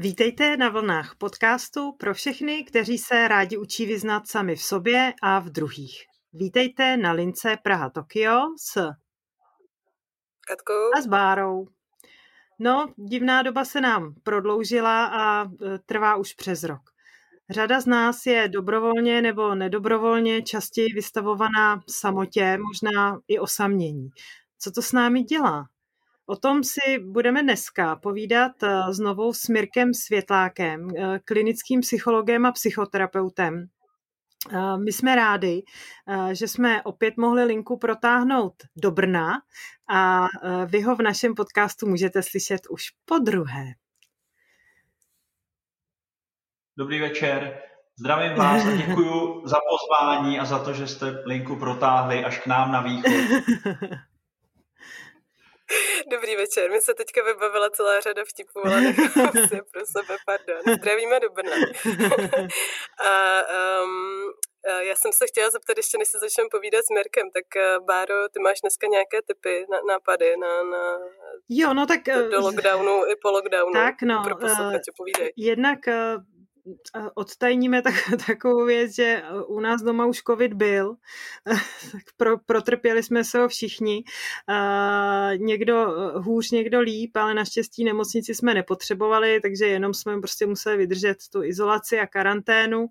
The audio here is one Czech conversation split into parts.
Vítejte na vlnách podcastu pro všechny, kteří se rádi učí vyznat sami v sobě a v druhých. Vítejte na lince Praha-Tokio s Katkou a s Bárou. No, divná doba se nám prodloužila a trvá už přes rok. Řada z nás je dobrovolně nebo nedobrovolně častěji vystavovaná samotě, možná i osamění. Co to s námi dělá? O tom si budeme dneska povídat znovu s Mirkem Světlákem, klinickým psychologem a psychoterapeutem. My jsme rádi, že jsme opět mohli linku protáhnout do Brna a vy ho v našem podcastu můžete slyšet už podruhé. Dobrý večer, zdravím vás a děkuju za pozvání a za to, že jste linku protáhli až k nám na východ. Dobrý večer, mi se teďka vybavila celá řada vtipů, ale nechám si pro sebe, pardon. Zdravíme do Brna. Já jsem se chtěla zeptat, ještě než se začneme povídat s Mirkem, tak Báro, ty máš dneska nějaké tipy, nápady na jo, no tak, do lockdownu i po lockdownu? Tak no, pro posluchače, povídej. Jednak odtajníme takovou věc, že u nás doma už covid byl, protrpěli jsme se ho všichni, někdo hůř, někdo líp, ale naštěstí nemocnici jsme nepotřebovali, takže jenom jsme prostě museli vydržet tu izolaci a karanténu,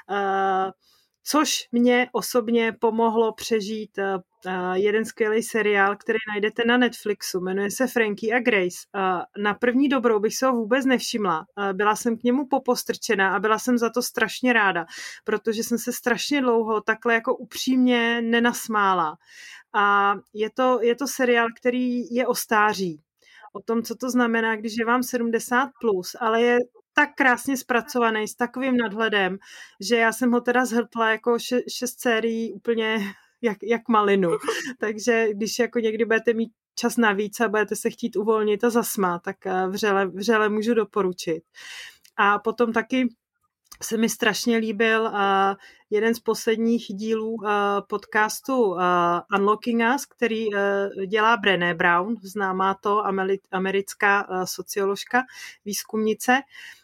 což mě osobně pomohlo přežít jeden skvělý seriál, který najdete na Netflixu, jmenuje se Frankie a Grace. Na první dobrou bych se ho vůbec nevšimla. Byla jsem k němu popostrčená a byla jsem za to strašně ráda, protože jsem se strašně dlouho takhle jako upřímně nenasmála. A je to seriál, který je o stáří. O tom, co to znamená, když je vám 70+, ale je tak krásně zpracovaný, s takovým nadhledem, že já jsem ho teda zhrtla jako 6 sérií úplně jak malinu. Takže když jako někdy budete mít čas navíc a budete se chtít uvolnit a zasmát, tak vřele můžu doporučit. A potom taky se mi strašně líbil jeden z posledních dílů podcastu Unlocking Us, který dělá Brené Brown, známá to americká socioložka, výzkumnice.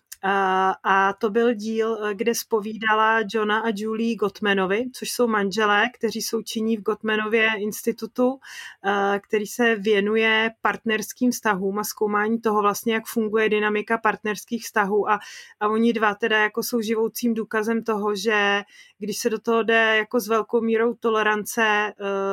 A to byl díl, kde zpovídala Johna a Julie Gottmanovi, což jsou manželé, kteří jsou činní v Gottmanově institutu, který se věnuje partnerským vztahům a zkoumání toho vlastně, jak funguje dynamika partnerských vztahů a oni dva teda jako jsou živoucím důkazem toho, že když se do toho jde jako s velkou mírou tolerance,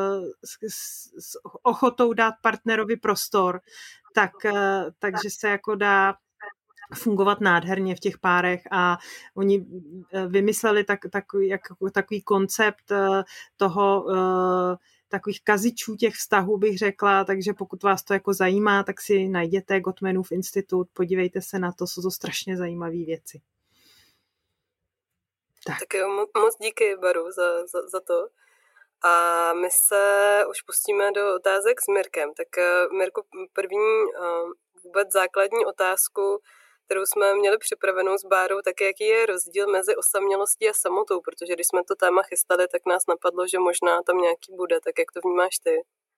s ochotou dát partnerovi prostor, takže se jako dá fungovat nádherně v těch párech a oni vymysleli takový koncept toho takových kazičů těch vztahů, bych řekla, takže pokud vás to jako zajímá, tak si najděte Gottmanův institut, podívejte se na to, jsou to strašně zajímavé věci. Tak jo, moc díky, Baru, za to. A my se už pustíme do otázek s Mirkem. Tak Mirku, první vůbec základní otázku, kterou jsme měli připravenou s Bárou, tak jaký je rozdíl mezi osamělostí a samotou, protože když jsme to téma chystali, tak nás napadlo, že možná tam nějaký bude, tak jak to vnímáš ty?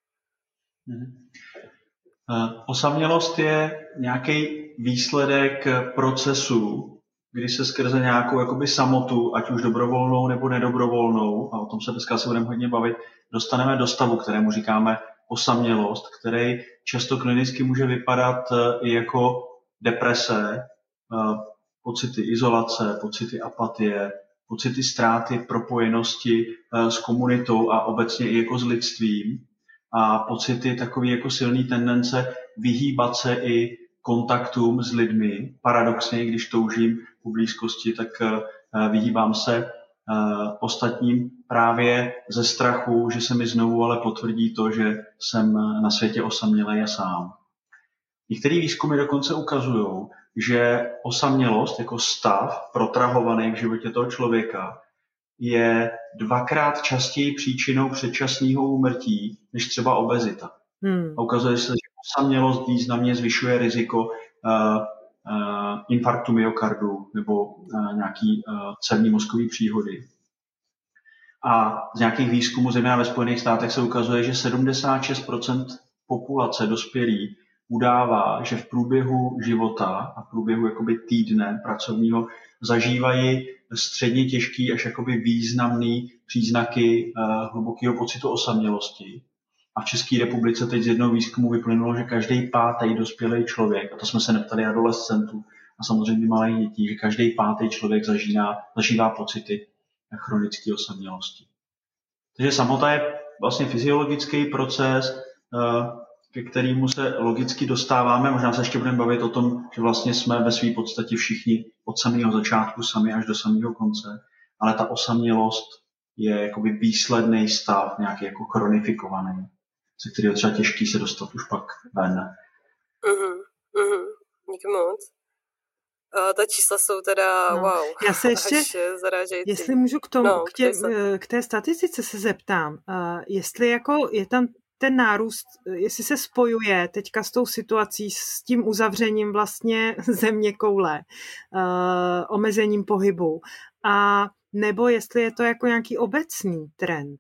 Osamělost je nějaký výsledek procesu, kdy se skrze nějakou jakoby samotu, ať už dobrovolnou nebo nedobrovolnou, a o tom se dneska se budeme hodně bavit, dostaneme do stavu, kterému říkáme osamělost, který často klinicky může vypadat i jako deprese, pocity izolace, pocity apatie, pocity ztráty propojenosti s komunitou a obecně i jako s lidstvím a pocity takové jako silné tendence vyhýbat se i kontaktům s lidmi. Paradoxně, když toužím po blízkosti, tak vyhýbám se ostatním právě ze strachu, že se mi znovu ale potvrdí to, že jsem na světě osamělej a sám. Některé výzkumy dokonce ukazují, že osamělost jako stav protrahovaný v životě toho člověka je 2x častěji příčinou předčasného úmrtí než třeba obezita. A ukazuje se, že osamělost významně zvyšuje riziko infarktu myokardu nebo nějaký cévní mozkový příhody. A z nějakých výzkumů, zejména ve Spojených státech, se ukazuje, že 76% populace dospělí udává, že v průběhu života a v průběhu jakoby týdne pracovního zažívají středně těžký až jakoby významný příznaky hlubokého pocitu osamělosti. A v České republice teď z jednoho výzkumu vyplynulo, že každý pátý dospělý člověk, a to jsme se neptali adolescentů a samozřejmě malých dětí, že každý pátý člověk zažívá pocity chronické osamělosti. Takže samota je vlastně fyziologický proces, ke kterému se logicky dostáváme. Možná se ještě budeme bavit o tom, že vlastně jsme ve své podstatě všichni od samého začátku sami až do samého konce, ale ta osamělost je jakoby výsledný stav, nějaký jako chronifikovaný, se kterého třeba těžký se dostat už pak ven. Díky moc. Ta čísla jsou teda wow. Já se ještě, zarážející. Jestli můžu k té statistice se zeptám, jestli jako je tam ten nárůst, jestli se spojuje teďka s tou situací, s tím uzavřením vlastně zeměkoule, omezením pohybu, a nebo jestli je to jako nějaký obecný trend?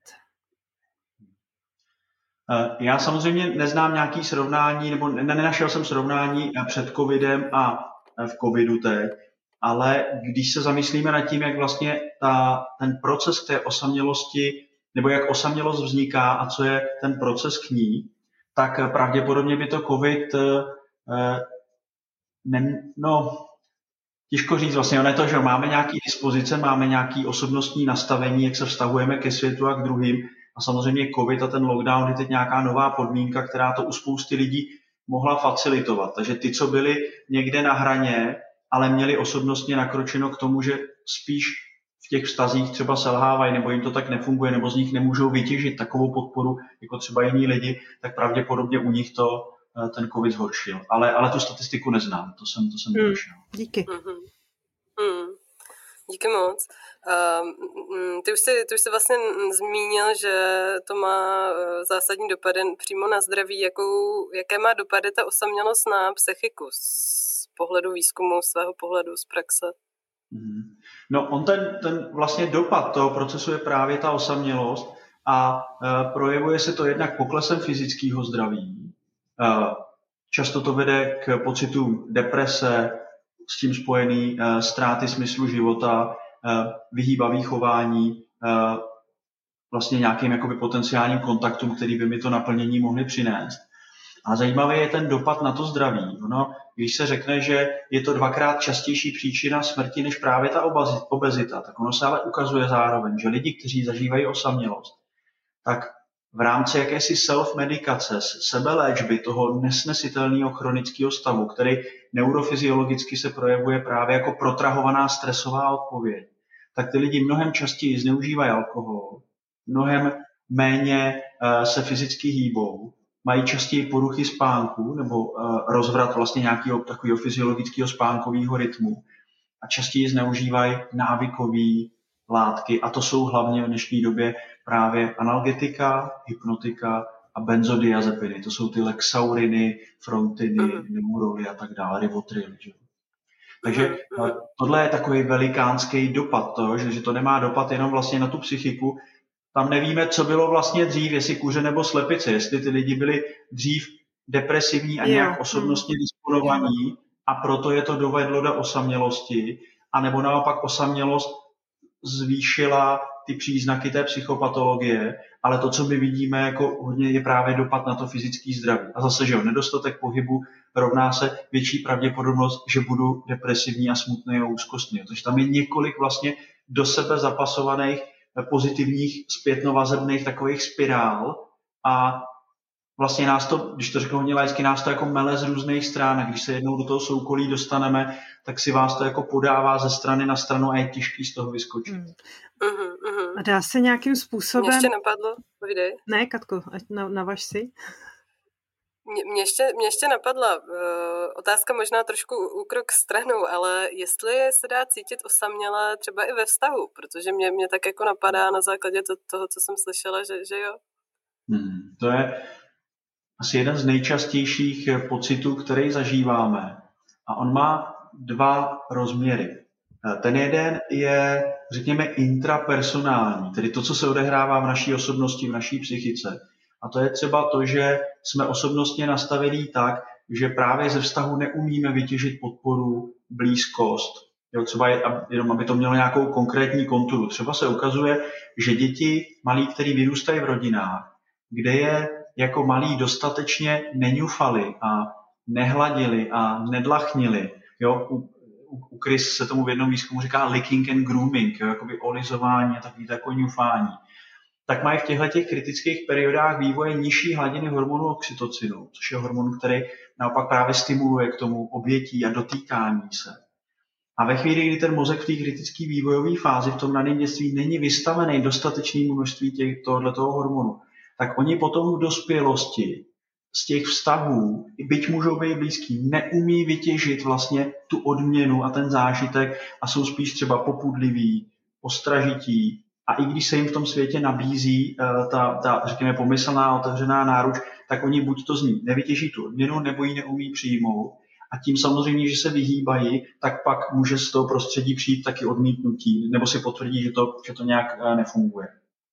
Já samozřejmě neznám nějaký srovnání, nebo nenašel jsem srovnání před covidem a v covidu teď, ale když se zamyslíme nad tím, jak vlastně ten proces k té osamělosti, nebo jak osamělost vzniká a co je ten proces k ní, tak pravděpodobně by to covid, těžko říct vlastně, ono je to, že máme nějaké dispozice, máme nějaké osobnostní nastavení, jak se vztahujeme ke světu a k druhým, a samozřejmě covid a ten lockdown je teď nějaká nová podmínka, která to u spousty lidí mohla facilitovat. Takže ty, co byli někde na hraně, ale měli osobnostně nakročeno k tomu, že spíš v těch vztazích třeba selhávají, nebo jim to tak nefunguje, nebo z nich nemůžou vytěžit takovou podporu jako třeba jiní lidi, tak pravděpodobně u nich to ten covid zhoršil. Ale tu statistiku neznám, to jsem nedošel. Díky. Díky moc. Ty už jsi vlastně zmínil, že to má zásadní dopady přímo na zdraví. Jaké má dopady ta osamělost na psychiku z pohledu výzkumu, svého pohledu z praxe? No, on ten vlastně dopad toho procesu je právě ta osamělost a projevuje se to jednak poklesem fyzického zdraví. Často to vede k pocitu deprese, s tím spojený ztráty smyslu života, vyhýbavý chování, vlastně nějakým jakoby potenciálním kontaktům, který by mi to naplnění mohly přinést. A zajímavý je ten dopad na to zdraví. Když se řekne, že je to 2x častější příčina smrti než právě ta obezita, tak ono se ale ukazuje zároveň, že lidi, kteří zažívají osamělost, tak v rámci jakési self-medikace, sebeléčby toho nesnesitelného chronického stavu, který neurofyziologicky se projevuje právě jako protrahovaná stresová odpověď, tak ty lidi mnohem častěji zneužívají alkohol, mnohem méně se fyzicky hýbou, mají častěji poruchy spánku nebo rozvrat vlastně nějakého takového fyziologického spánkového rytmu a častěji zneužívají návykové látky, a to jsou hlavně v dnešní době právě analgetika, hypnotika a benzodiazepiny. To jsou ty lexauriny, frontiny, neuroly a tak dále, rivotril. Takže tohle je takový velikánský dopad, že to nemá dopad jenom vlastně na tu psychiku. Tam nevíme, co bylo vlastně dřív, jestli kůře nebo slepice, jestli ty lidi byli dřív depresivní a nějak osobnostně disponovaní a proto je to dovedlo do osamělosti, anebo naopak osamělost zvýšila ty příznaky té psychopatologie, ale to, co my vidíme jako hodně, je právě dopad na to fyzické zdraví. A zase, že nedostatek pohybu rovná se větší pravděpodobnost, že budu depresivní a smutný a úzkostný. Takže tam je několik vlastně do sebe zapasovaných pozitivních zpětnovazebných takových spirál a vlastně nás to, když to řeknu hodně laicky, nás to jako mele z různých stran, a když se jednou do toho soukolí dostaneme, tak si vás to jako podává ze strany na stranu a je těžký z toho vyskočit. A dá se nějakým způsobem... Mě ještě napadlo, povídej. Ne, Katko, navaž si. Mě ještě napadla otázka možná trošku úkrok stranou, ale jestli se dá cítit osaměle třeba i ve vztahu, protože mě tak jako napadá na základě toho, co jsem slyšela, že jo. To je asi jeden z nejčastějších pocitů, který zažíváme. A on má 2 rozměry. Ten jeden je, řekněme, intrapersonální, tedy to, co se odehrává v naší osobnosti, v naší psychice. A to je třeba to, že jsme osobnostně nastavení tak, že právě ze vztahu neumíme vytěžit podporu, blízkost. Jo, třeba jenom, aby to mělo nějakou konkrétní konturu. Třeba se ukazuje, že děti malí, který vyrůstají v rodinách, kde je jako malí dostatečně neňufali a nehladili a nedlachnili. Jo, u Chris se tomu v jednom výzkumu říká licking and grooming, jo, jakoby olizování a takový jako ňufání. Tak mají v těchto kritických periodách vývoje nižší hladiny hormonu oxytocinu, což je hormon, který naopak právě stimuluje k tomu obětí a dotýkání se. A ve chvíli, kdy ten mozek v té kritické vývojové fázi v tom raném dětství není vystavený dostatečnému množství tohoto hormonu, tak oni potom v dospělosti z těch vztahů, byť můžou být blízký, neumí vytěžit vlastně tu odměnu a ten zážitek a jsou spíš třeba popudliví, ostražití. A i když se jim v tom světě nabízí ta řekněme, pomyslná, otevřená náruč, tak oni buď to z ní nevytěží tu odměnu, nebo ji neumí přijmout. A tím samozřejmě, že se vyhýbají, tak pak může z toho prostředí přijít taky odmítnutí, nebo si potvrdí, že to nějak nefunguje.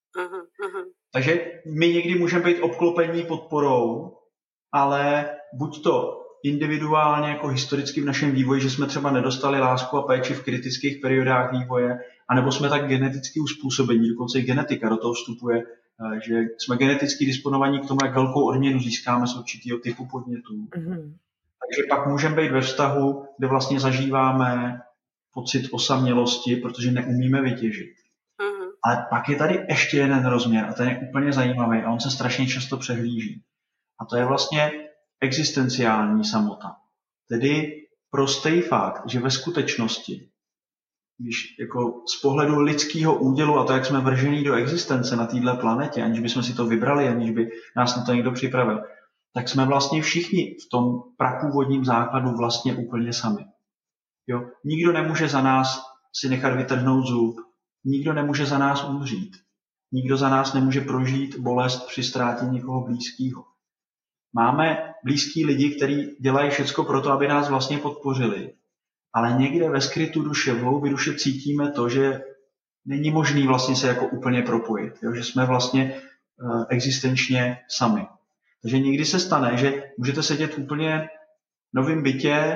Takže my někdy můžeme být obklopení podporou, ale buď to individuálně jako historicky v našem vývoji, že jsme třeba nedostali lásku a péči v kritických periodách vývoje, anebo jsme tak geneticky uspůsobení, dokonce i genetika do toho vstupuje, že jsme geneticky disponovaní k tomu, jak velkou odměnu získáme z určitého typu podnětů. Takže pak můžeme být ve vztahu, kde vlastně zažíváme pocit osamělosti, protože neumíme vytěžit. Ale pak je tady ještě jeden rozměr a ten je úplně zajímavý a on se strašně často přehlíží. A to je vlastně existenciální samota. Tedy prostý fakt, že ve skutečnosti, když jako z pohledu lidského údělu a to, jak jsme vržení do existence na této planetě, aniž bychom si to vybrali, aniž by nás na to někdo připravil, tak jsme vlastně všichni v tom prapůvodním základu vlastně úplně sami. Jo? Nikdo nemůže za nás si nechat vytrhnout zub, nikdo nemůže za nás umřít, nikdo za nás nemůže prožít bolest při ztrátě někoho blízkého. Máme blízký lidi, kteří dělají všecko pro to, aby nás vlastně podpořili, ale někde ve skrytu duše, v hloubi duše cítíme to, že není možný vlastně se jako úplně propojit, jo? Že jsme vlastně existenčně sami. Takže někdy se stane, že můžete sedět v úplně novém bytě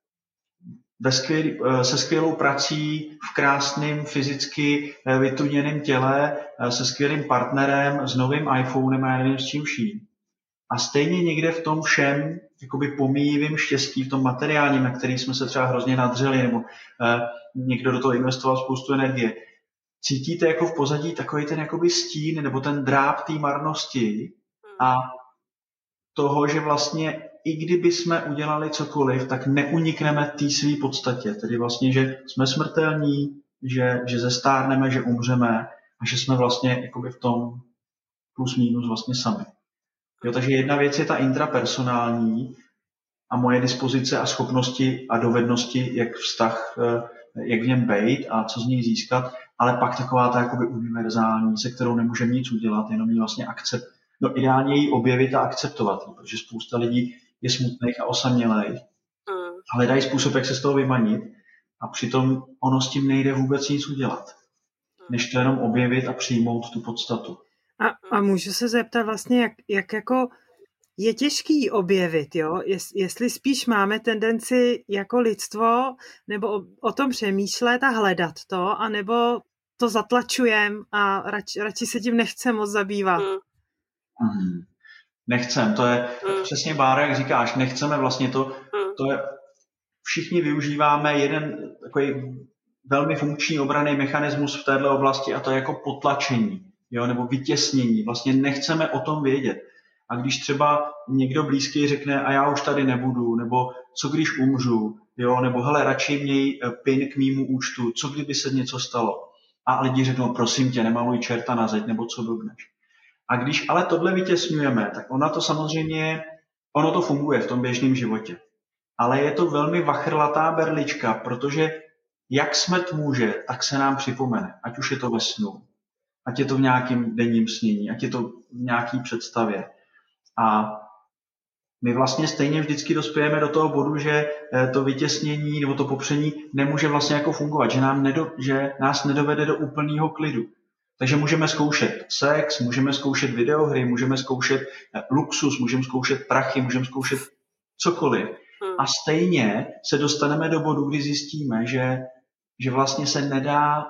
se skvělou prací, v krásném fyzicky vytuněném těle, se skvělým partnerem, s novým iPhonem a já nevím s čím vším. A stejně někde v tom všem jakoby pomíjivým štěstí, v tom materiálním, na který jsme se třeba hrozně nadřeli, nebo někdo do toho investoval spoustu energie, cítíte jako v pozadí takový ten jakoby stín nebo ten dráp té marnosti a toho, že vlastně i kdyby jsme udělali cokoliv, tak neunikneme té své podstatě. Tedy vlastně, že jsme smrtelní, že zestárneme, že umřeme a že jsme vlastně jakoby v tom plus minus vlastně sami. Jo, takže jedna věc je ta intrapersonální a moje dispozice a schopnosti a dovednosti, jak vztah, jak v něm bejt a co z něj získat, ale pak taková ta jakoby univerzální, se kterou nemůžeme nic udělat, jenom ji vlastně ideálně ji objevit a akceptovat, protože spousta lidí je smutných a osamělých. Hledají způsob, jak se z toho vymanit a přitom ono s tím nejde vůbec nic udělat, než to jenom objevit a přijmout tu podstatu. A můžu se zeptat vlastně, jak jako je těžký objevit, jo? Jestli spíš máme tendenci jako lidstvo nebo o tom přemýšlet a hledat to, anebo to zatlačujeme a radši se tím nechce moc zabývat. Nechcem, to je přesně Bára, jak říkáš, nechceme vlastně to je, všichni využíváme jeden takový velmi funkční obranný mechanismus v této oblasti a to je jako potlačení, jo, nebo vytěsnění, vlastně nechceme o tom vědět. A když třeba někdo blízký řekne a já už tady nebudu, nebo co když umřu, jo, nebo hele, radši měj PIN k mýmu účtu, co kdyby se něco stalo. A lidi řeknou, prosím tě, nemaluj čerta na zeď, nebo co blbneš. A když ale tohle vytěsňujeme, tak ono to funguje v tom běžném životě. Ale je to velmi vachrlatá berlička, protože jak smet může, tak se nám připomene. Ať už je to ve snu, ať je to v nějakém denním snění, ať je to v nějaký představě. A my vlastně stejně vždycky dospějeme do toho bodu, že to vytěsnění nebo to popření nemůže vlastně jako fungovat, že nás nedovede do úplného klidu. Takže můžeme zkoušet sex, můžeme zkoušet videohry, můžeme zkoušet luxus, můžeme zkoušet prachy, můžeme zkoušet cokoliv. A stejně se dostaneme do bodu, kdy zjistíme, že vlastně se nedá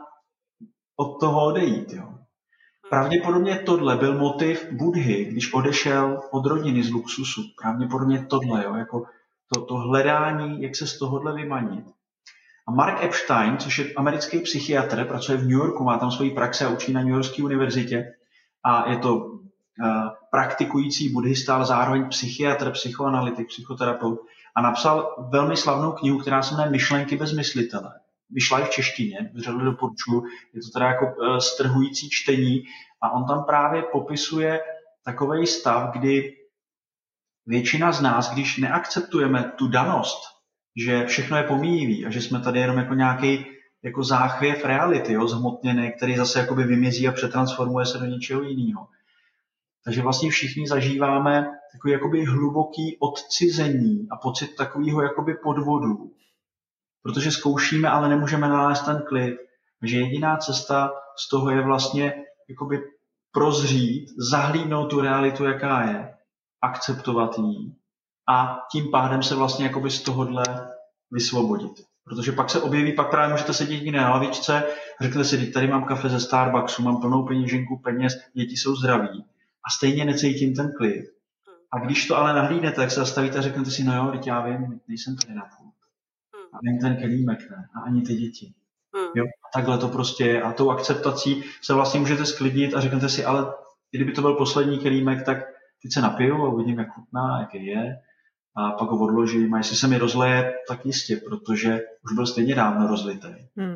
od toho odejít. Jo. Pravděpodobně tohle byl motiv Buddhy, když odešel od rodiny z luxusu. Pravděpodobně tohle, jo, jako to hledání, jak se z tohohle vymanit. A Mark Epstein, což je americký psychiatr, pracuje v New Yorku, má tam svoji praxi a učí na New Yorkské univerzitě a je to praktikující buddhista, ale zároveň psychiatr, psychoanalytik, psychoterapeut a napsal velmi slavnou knihu, která se jmenuje Myšlenky bez myslitele. Vyšla i v češtině, vřele doporučuji, je to teda jako strhující čtení a on tam právě popisuje takovej stav, kdy většina z nás, když neakceptujeme tu danost, že všechno je pomíjivý a že jsme tady jenom jako nějaký jako záchvěv reality, jo, zhmotněný, který zase jakoby vymizí a přetransformuje se do něčeho jiného. Takže vlastně všichni zažíváme takový jakoby hluboký odcizení a pocit takového jakoby podvodu, protože zkoušíme, ale nemůžeme nalézt ten klid. Takže jediná cesta z toho je vlastně jakoby prozřít, zahlídnout tu realitu, jaká je, akceptovat ji a tím pádem se vlastně jakoby z tohohle vysvobodit. Protože pak se objeví, pak právě můžete sedět někde na lavičce a řeknete si, tady mám kafe ze Starbucksu, mám plnou peněženku peněz, děti jsou zdraví a stejně necítím ten klid. A když to ale nahlídnete, tak se zastavíte a řeknete si, no jo, teď já vím, nejsem tady na půl. A ani ten kelímek ne, a ani ty děti. Jo? A takhle to prostě je. A tou akceptací se vlastně můžete sklidnit a řeknete si, ale kdyby to byl poslední kelímek, tak teď se napiju a uvidím, jak chutná, jaký je. A pak ho odložím. A jestli se mi rozleje, tak jistě, protože už byl stejně dávno rozlitý.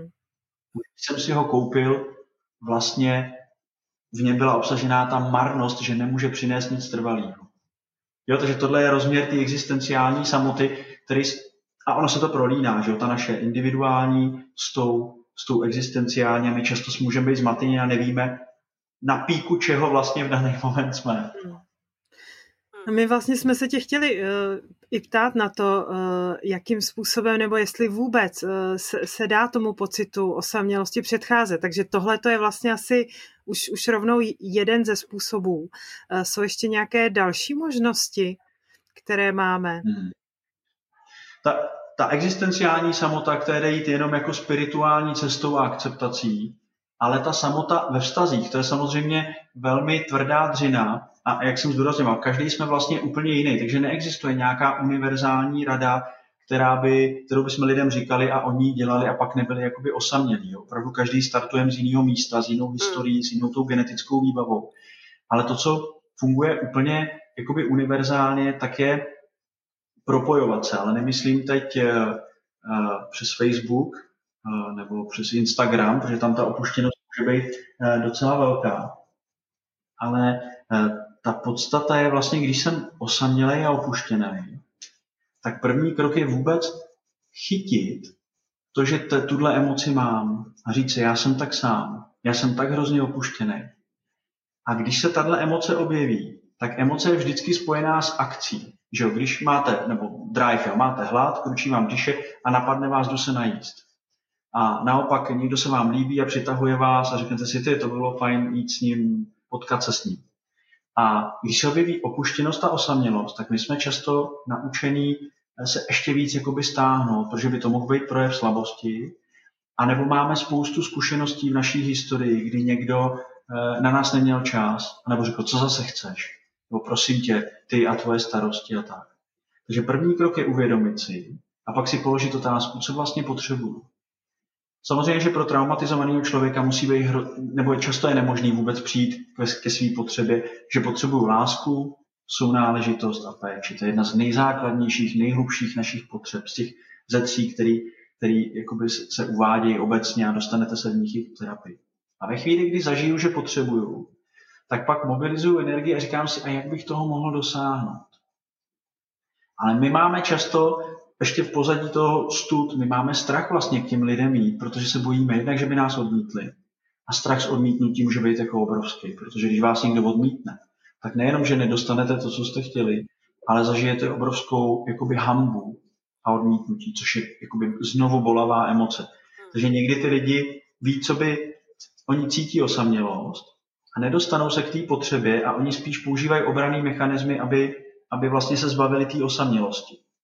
Když jsem si ho koupil, vlastně v něm byla obsažená ta marnost, že nemůže přinést nic trvalého. Jo, takže tohle je rozměr té existenciální samoty, který a ono se to prolíná, že jo, ta naše individuální s tou existenciální. My často můžeme být zmateni a nevíme na píku čeho vlastně v daný moment jsme. My vlastně jsme se tě chtěli i ptát na to, jakým způsobem nebo jestli vůbec se dá tomu pocitu osamělosti předcházet. Takže tohle to je vlastně asi už rovnou jeden ze způsobů. Jsou ještě nějaké další možnosti, které máme? Ta existenciální samota, která jít jenom jako spirituální cestou a akceptací, ale ta samota ve vztazích, to je samozřejmě velmi tvrdá dřina a jak jsem zdůrazňoval, každý jsme vlastně úplně jiný, takže neexistuje nějaká univerzální rada, kterou bychom lidem říkali a oni ji dělali a pak nebyli jakoby osamělí. Jo. Opravdu každý startujeme z jiného místa, z jinou historií, s jinou tou genetickou výbavou. Ale to, co funguje úplně jakoby univerzálně, tak je propojovat se, ale nemyslím teď přes Facebook nebo přes Instagram, protože tam ta opuštěnost může být docela velká. Ale ta podstata je vlastně, když jsem osamělej a opuštěný, tak první krok je vůbec chytit to, že tuhle emoci mám a říct si, já jsem tak sám, já jsem tak hrozně opuštěný. A když se tahle emoce objeví, tak emoce je vždycky spojená s akcí. Že jo, když máte, nebo drive, jo, máte hlad, kručí vám tiše a napadne vás, jdu se najíst. A naopak někdo se vám líbí a přitahuje vás a řeknete si, to bylo fajn jít s ním, potkat se s ním. A když se objeví opuštěnost a osamělost, tak my jsme často naučení se ještě víc jakoby stáhnout, protože by to mohl být projev slabosti. A nebo máme spoustu zkušeností v naší historii, kdy někdo na nás neměl čas, nebo řekl, co zase chceš, nebo prosím tě, ty a tvoje starosti a tak. Takže první krok je uvědomit si a pak si položit otázku, co vlastně potřebuju. Samozřejmě, že pro traumatizovaného člověka musí být, nebo často je nemožný vůbec přijít ke své potřebě, že potřebuju lásku, sounáležitost a péči. To je jedna z nejzákladnějších, nejhlubších našich potřeb, z těch ze tří, který jakoby se uvádějí obecně a dostanete se v nich i v terapii. A ve chvíli, kdy zažiju, že potřebuju, tak pak mobilizuju energii a říkám si, a jak bych toho mohl dosáhnout. Ale my máme často ještě v pozadí toho stud, my máme strach vlastně k těm lidem jít, protože se bojíme jednak, že by nás odmítli. A strach s odmítnutím může být jako obrovský, protože když vás někdo odmítne, tak nejenom, že nedostanete to, co jste chtěli, ale zažijete obrovskou jakoby hanbu a odmítnutí, což je jakoby znovu bolavá emoce. Takže někdy ty lidi ví, co by oni cítí osamělost a nedostanou se k té potřebě a oni spíš používají obranné mechanismy, aby vlastně se zbavili té osamělosti.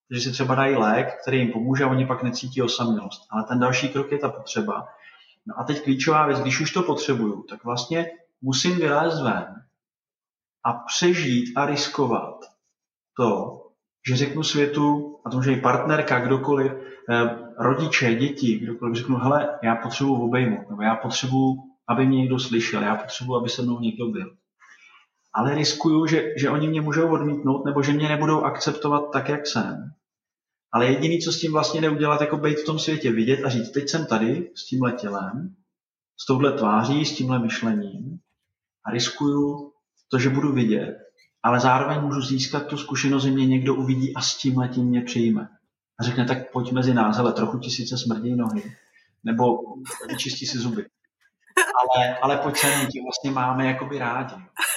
že si třeba dají lék, který jim pomůže a oni pak necítí osamělost. Ale ten další krok je ta potřeba. No a teď klíčová věc, když už to potřebuju, tak vlastně musím vylézt ven a přežít a riskovat to, že řeknu světu, a to může i partnerka, kdokoliv, rodiče, děti, kdokoliv, řeknu, hele, já potřebuji obejmout, nebo já potřebuji, aby mě někdo slyšel, já potřebuji, aby se mnou někdo byl. Ale riskuju, že oni mě můžou odmítnout, nebo že mě nebudou akceptovat tak, jak jsem. Ale jediný, co s tím vlastně jde udělat, jako být v tom světě, vidět a říct, teď jsem tady s tímhle tělem, s touhle tváří, s tímhle myšlením a riskuju to, že budu vidět, ale zároveň můžu získat tu zkušenost, že mě někdo uvidí a s tímhletím mě přijme. A řekne, tak pojď mezi nás, ale trochu ti sice smrdí nohy, nebo vyčistí si zuby. Ale pojď se, my tě vlastně máme jakoby rádi.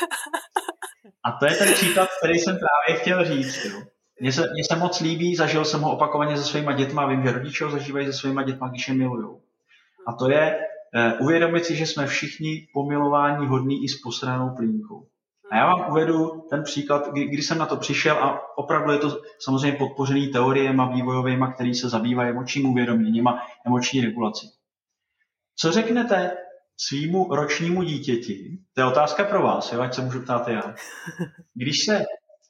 A to je ten příklad, který jsem právě chtěl říct. Jo. Mně se moc líbí, zažil jsem ho opakovaně se svýma dětma, vím, že rodiče ho zažívají se svýma dětma, když je milujou. A to je uvědomit si, že jsme všichni pomilování hodní i s posranou plínkou. A já vám uvedu ten příklad, kdy jsem na to přišel a opravdu je to samozřejmě podpořený teoriemi vývojovými, který se zabývají emočním uvědoměním a emoční regulací. Co řeknete svýmu ročnímu dítěti? To je otázka pro vás, jo, ať se můžu ptát já. Když se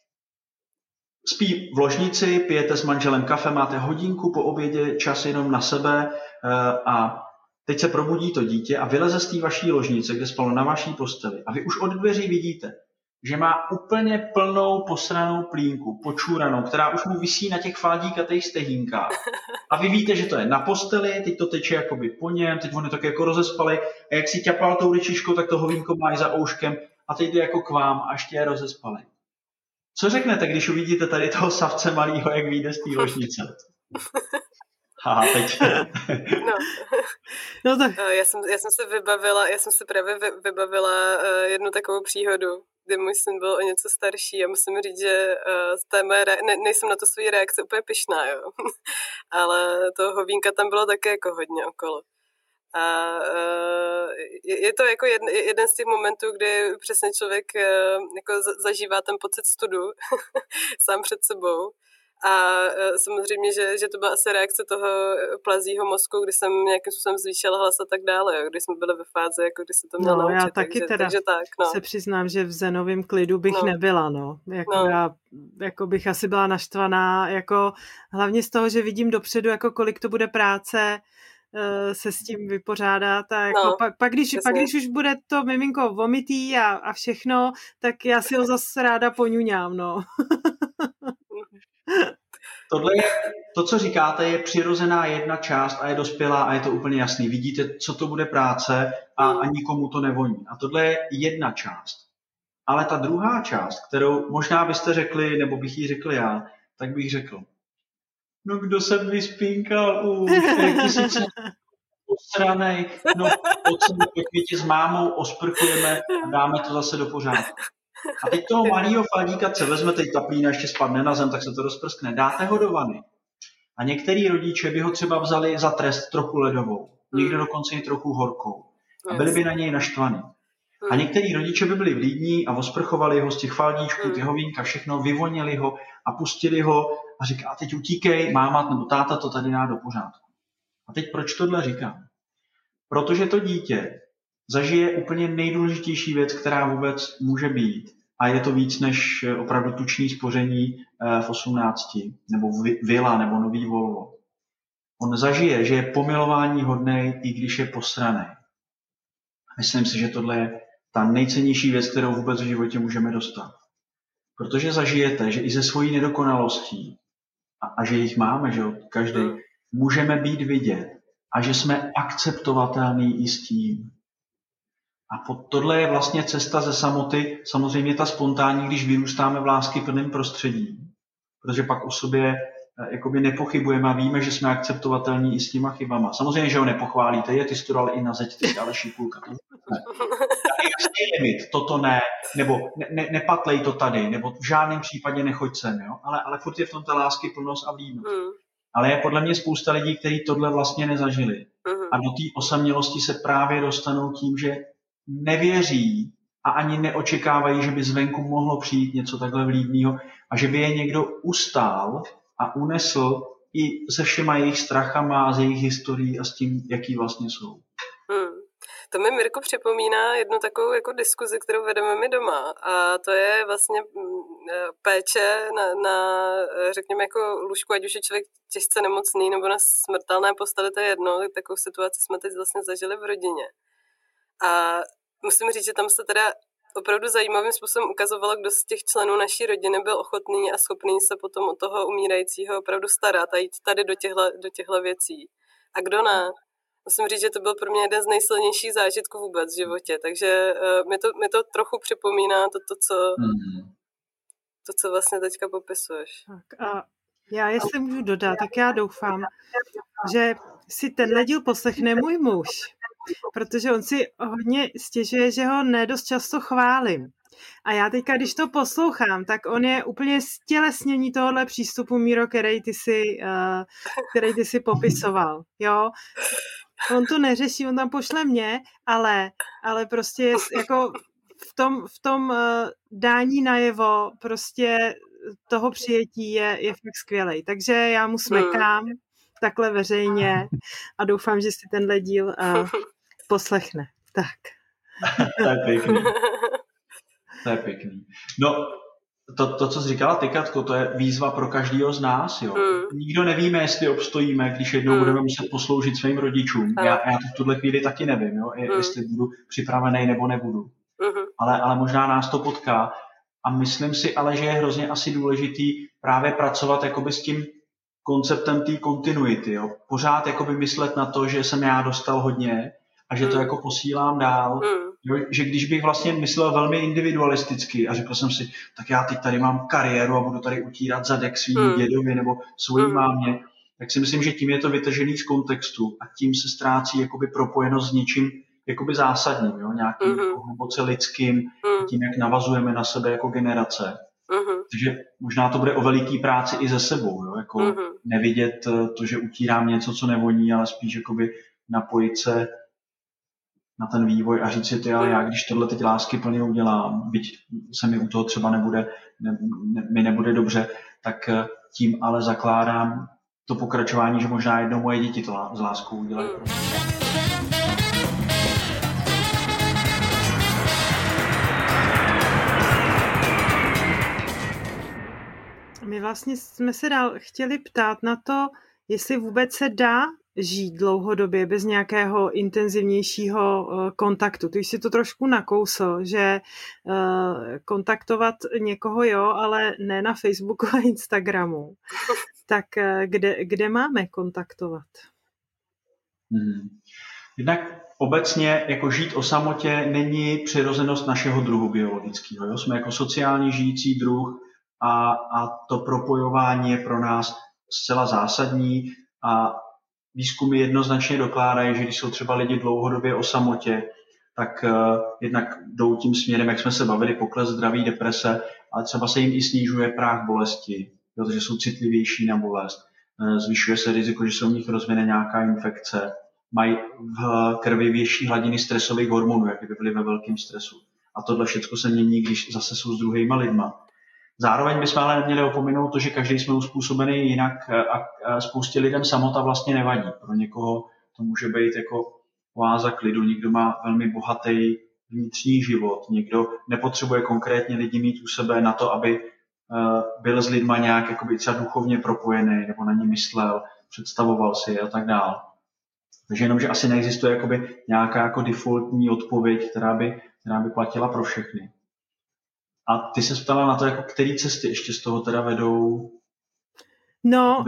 spí v ložnici, pijete s manželem kafe, máte hodinku po obědě, čas jenom na sebe a teď se probudí to dítě a vyleze z té vaší ložnice, kde spalo na vaší posteli a vy už od dveří vidíte, že má úplně plnou posranou plínku, počůranou, která už mu visí na těch fádíkatých stehínkách. A vy víte, že to je na posteli, teď to teče jakoby po něm, teď on je tak jako rozespalý a jak si ťapal tou ryčičkou, tak to hovínko má i za ouškem a teď jde jako k vám a ještě je rozespalý. Co řeknete, když uvidíte tady toho savce malýho, jak vyjde z té ložnice? Haha, teď. No tak. Já jsem si právě vybavila jednu takovou příhodu, kdy můj syn byl o něco starší a musím říct, že z té mé nejsem na to svou reakce úplně pyšná, jo. Ale toho hovínka tam bylo také jako hodně okolo. A je to jako jeden z těch momentů, kdy přesně člověk jako zažívá ten pocit studu sám před sebou. A samozřejmě, že to byla asi reakce toho plazího mozku, kdy jsem nějakým způsobem zvýšila hlas a tak dále, jo, když jsme byli ve fázi, jako když se to mělo naučit. Já taky takže tak, no. Se přiznám, že v zenovém klidu bych nebyla, no. Jako bych asi byla naštvaná, jako hlavně z toho, že vidím dopředu, jako kolik to bude práce se s tím vypořádat a jako pak když už bude to miminko vomitý a všechno, tak já si ho zase ráda poňuňám, no. Tohle je, to, co říkáte, je přirozená jedna část a je dospělá a je to úplně jasný. Vidíte, co to bude práce a nikomu to nevoní. A tohle je jedna část. Ale ta druhá část, kterou možná byste řekli, nebo bych jí řekl já, tak bych řekl, no kdo se vyspínkal už, jak jsi posranej, no pojďme tě s mámou osprchujeme a dáme to zase do pořádku. A teď toho malého fladíka vezme, teď ta plína ještě spadne na zem, tak se to rozprskne. Dáte ho do vany. A některý rodiče by ho třeba vzali za trest trochu ledovou. Někdo dokonce i trochu horkou. A byli by na něj naštvaní. A některý rodiče by byli vlídní a osprchovali ho z těch faldíčků, ty hovínka, všechno, vyvonili ho a pustili ho a říká, a teď utíkej, máma nebo táta to tady dá do pořádku. A teď proč tohle říkám? Protože to dítě zažije úplně nejdůležitější věc, která vůbec může být. A je to víc než opravdu tučný spoření v 18, nebo vila, nebo nový Volvo. On zažije, že je pomilování hodnej, i když je posranej. Myslím si, že tohle je ta nejcennější věc, kterou vůbec v životě můžeme dostat. Protože zažijete, že i ze svojí nedokonalostí, a že jich máme, že každý, můžeme být vidět a že jsme akceptovatelný i s tím. A tohle je vlastně cesta ze samoty, samozřejmě ta spontánní, když vyrůstáme v láskyplném prostředí. Protože pak o sobě jakoby nepochybujeme a víme, že jsme akceptovatelní i s těma chybama. Samozřejmě, že ho nepochválíte, ty jsi to dal i na zeď, ty jsi ale šipulka. Jasný limit, toto ne, nebo nepatlej to tady, nebo v žádném případě nechoď sem, jo? Ale furt je v tom ta láskyplnost a vlídnost. Ale je podle mě spousta lidí, kteří tohle vlastně nezažili. A do té osamělosti se právě dostanou tím, že nevěří a ani neočekávají, že by zvenku mohlo přijít něco takhle vlídného a že by je někdo ustál a unesl i se všema jejich strachama, s jejich historií a s tím, jaký vlastně jsou. To mi, Mirko, připomíná jednu takovou jako diskuzi, kterou vedeme my doma, a to je vlastně péče na řekněme, jako lůžku, ať už je člověk těžce nemocný nebo na smrtelné posteli, to je jedno, takovou situaci jsme teď vlastně zažili v rodině. A musím říct, že tam se teda opravdu zajímavým způsobem ukazovalo, kdo z těch členů naší rodiny byl ochotný a schopný se potom o toho umírajícího opravdu starat a jít tady do těchto věcí. A kdo ne? Musím říct, že to byl pro mě jeden z nejsilnějších zážitků vůbec v životě, takže mi to trochu připomíná to, co vlastně teďka popisuješ. Tak a já, jestli můžu dodat, tak já doufám, že si tenhle díl poslechne můj muž, protože on si hodně stěžuje, že ho nedost často chválím. A já teďka, když to poslouchám, tak on je úplně stělesnění tohohle přístupu, Míro, který ty si popisoval. Jo? On to neřeší, on tam pošle mě, ale prostě je jako v tom dání najevo prostě toho přijetí je fakt skvělej. Takže já mu smekám takhle veřejně a doufám, že si tenhle díl poslechne. Tak. To je pěkný. To je pěkný. No, to, co jsi říkala ty, Katko, to je výzva pro každýho z nás. Jo. Nikdo nevíme, jestli obstojíme, když jednou budeme muset posloužit svým rodičům. Já to v tuhle chvíli taky nevím, jo, jestli budu připravený nebo nebudu. Ale možná nás to potká. A myslím si ale, že je hrozně asi důležitý právě pracovat jakoby s tím konceptem té kontinuity. Jo. Pořád jakoby myslet na to, že jsem já dostal hodně a že to jako posílám dál. Jo, že když bych vlastně myslel velmi individualisticky a řekl jsem si, tak já teď tady mám kariéru a budu tady utírat zadek svým dědovi nebo svojí mámě, tak si myslím, že tím je to vytržený z kontextu a tím se ztrácí jakoby propojenost s něčím jakoby zásadním, jo, nějakým hluboce lidským, tím, jak navazujeme na sebe jako generace. Takže možná to bude o veliký práci i ze sebou, jo, jako nevidět to, že utírám něco, co nevoní, ale spíš jakoby napojit se na ten vývoj a říct si ty, ale já když tohle teď lásky plně udělám, byť se mi u toho třeba nebude dobře, tak tím ale zakládám to pokračování, že možná jednou moje děti to s láskou udělají. My vlastně jsme se chtěli ptát na to, jestli vůbec se dá žít dlouhodobě bez nějakého intenzivnějšího kontaktu. Ty jsi si to trošku nakousl, že kontaktovat někoho jo, ale ne na Facebooku a Instagramu. Tak kde máme kontaktovat? Jednak obecně jako žít o samotě není přirozenost našeho druhu biologického. Jo? Jsme jako sociální žijící druh a to propojování je pro nás zcela zásadní a výzkumy jednoznačně dokládají, že když jsou třeba lidi dlouhodobě o samotě, tak jednak jdou tím směrem, jak jsme se bavili, pokles zdraví, deprese, ale třeba se jim i snižuje práh bolesti, protože jsou citlivější na bolest. Zvyšuje se riziko, že se u nich rozvine nějaká infekce. Mají v krvi větší hladiny stresových hormonů, jak by byly ve velkém stresu. A tohle všechno se mění, když zase jsou s druhýma lidma. Zároveň bychom ale neměli opomenout to, že každý jsme uspůsobený jinak a spoustě lidem samota vlastně nevadí. Pro někoho to může být jako oáza klidu, někdo má velmi bohatý vnitřní život, někdo nepotřebuje konkrétně lidi mít u sebe na to, aby byl s lidma nějak jakoby třeba duchovně propojený nebo na ně myslel, představoval si a tak dále. Takže jenom, že asi neexistuje jakoby nějaká jako defaultní odpověď, která by platila pro všechny. A ty se ptala na to, jako který cesty ještě z toho teda vedou. No.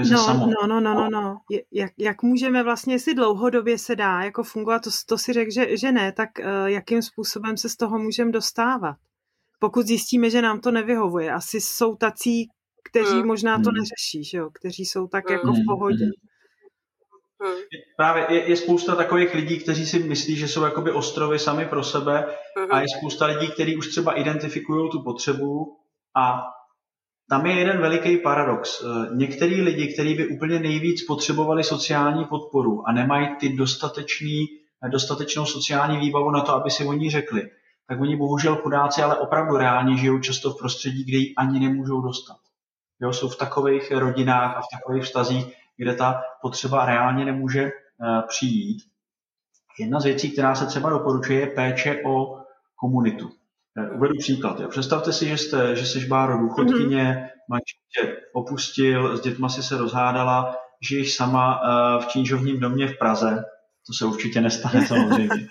Jak můžeme vlastně, jestli dlouhodobě se dá jako fungovat, to si řekl, že ne, tak jakým způsobem se z toho můžeme dostávat? Pokud zjistíme, že nám to nevyhovuje. Asi jsou tací, kteří možná to neřeší, že jo? Kteří jsou tak jako v pohodě. Právě je spousta takových lidí, kteří si myslí, že jsou jakoby ostrovy sami pro sebe a je spousta lidí, kteří už třeba identifikují tu potřebu a tam je jeden veliký paradox. Některý lidi, kteří by úplně nejvíc potřebovali sociální podporu a nemají ty dostatečnou sociální výbavu na to, aby si o ní řekli, tak oni bohužel chudáci, ale opravdu reálně žijou často v prostředí, kde ji ani nemůžou dostat. Jo, jsou v takových rodinách a v takových vztazích, kde ta potřeba reálně nemůže přijít. Jedna z věcí, která se třeba doporučuje, je péče o komunitu. Uvedu příklad. Jo. Představte si, že jsi Báro důchodkyně, manžel tě opustil, s dětma si se rozhádala, žiješ sama v činžovním domě v Praze, to se určitě nestane samozřejmě.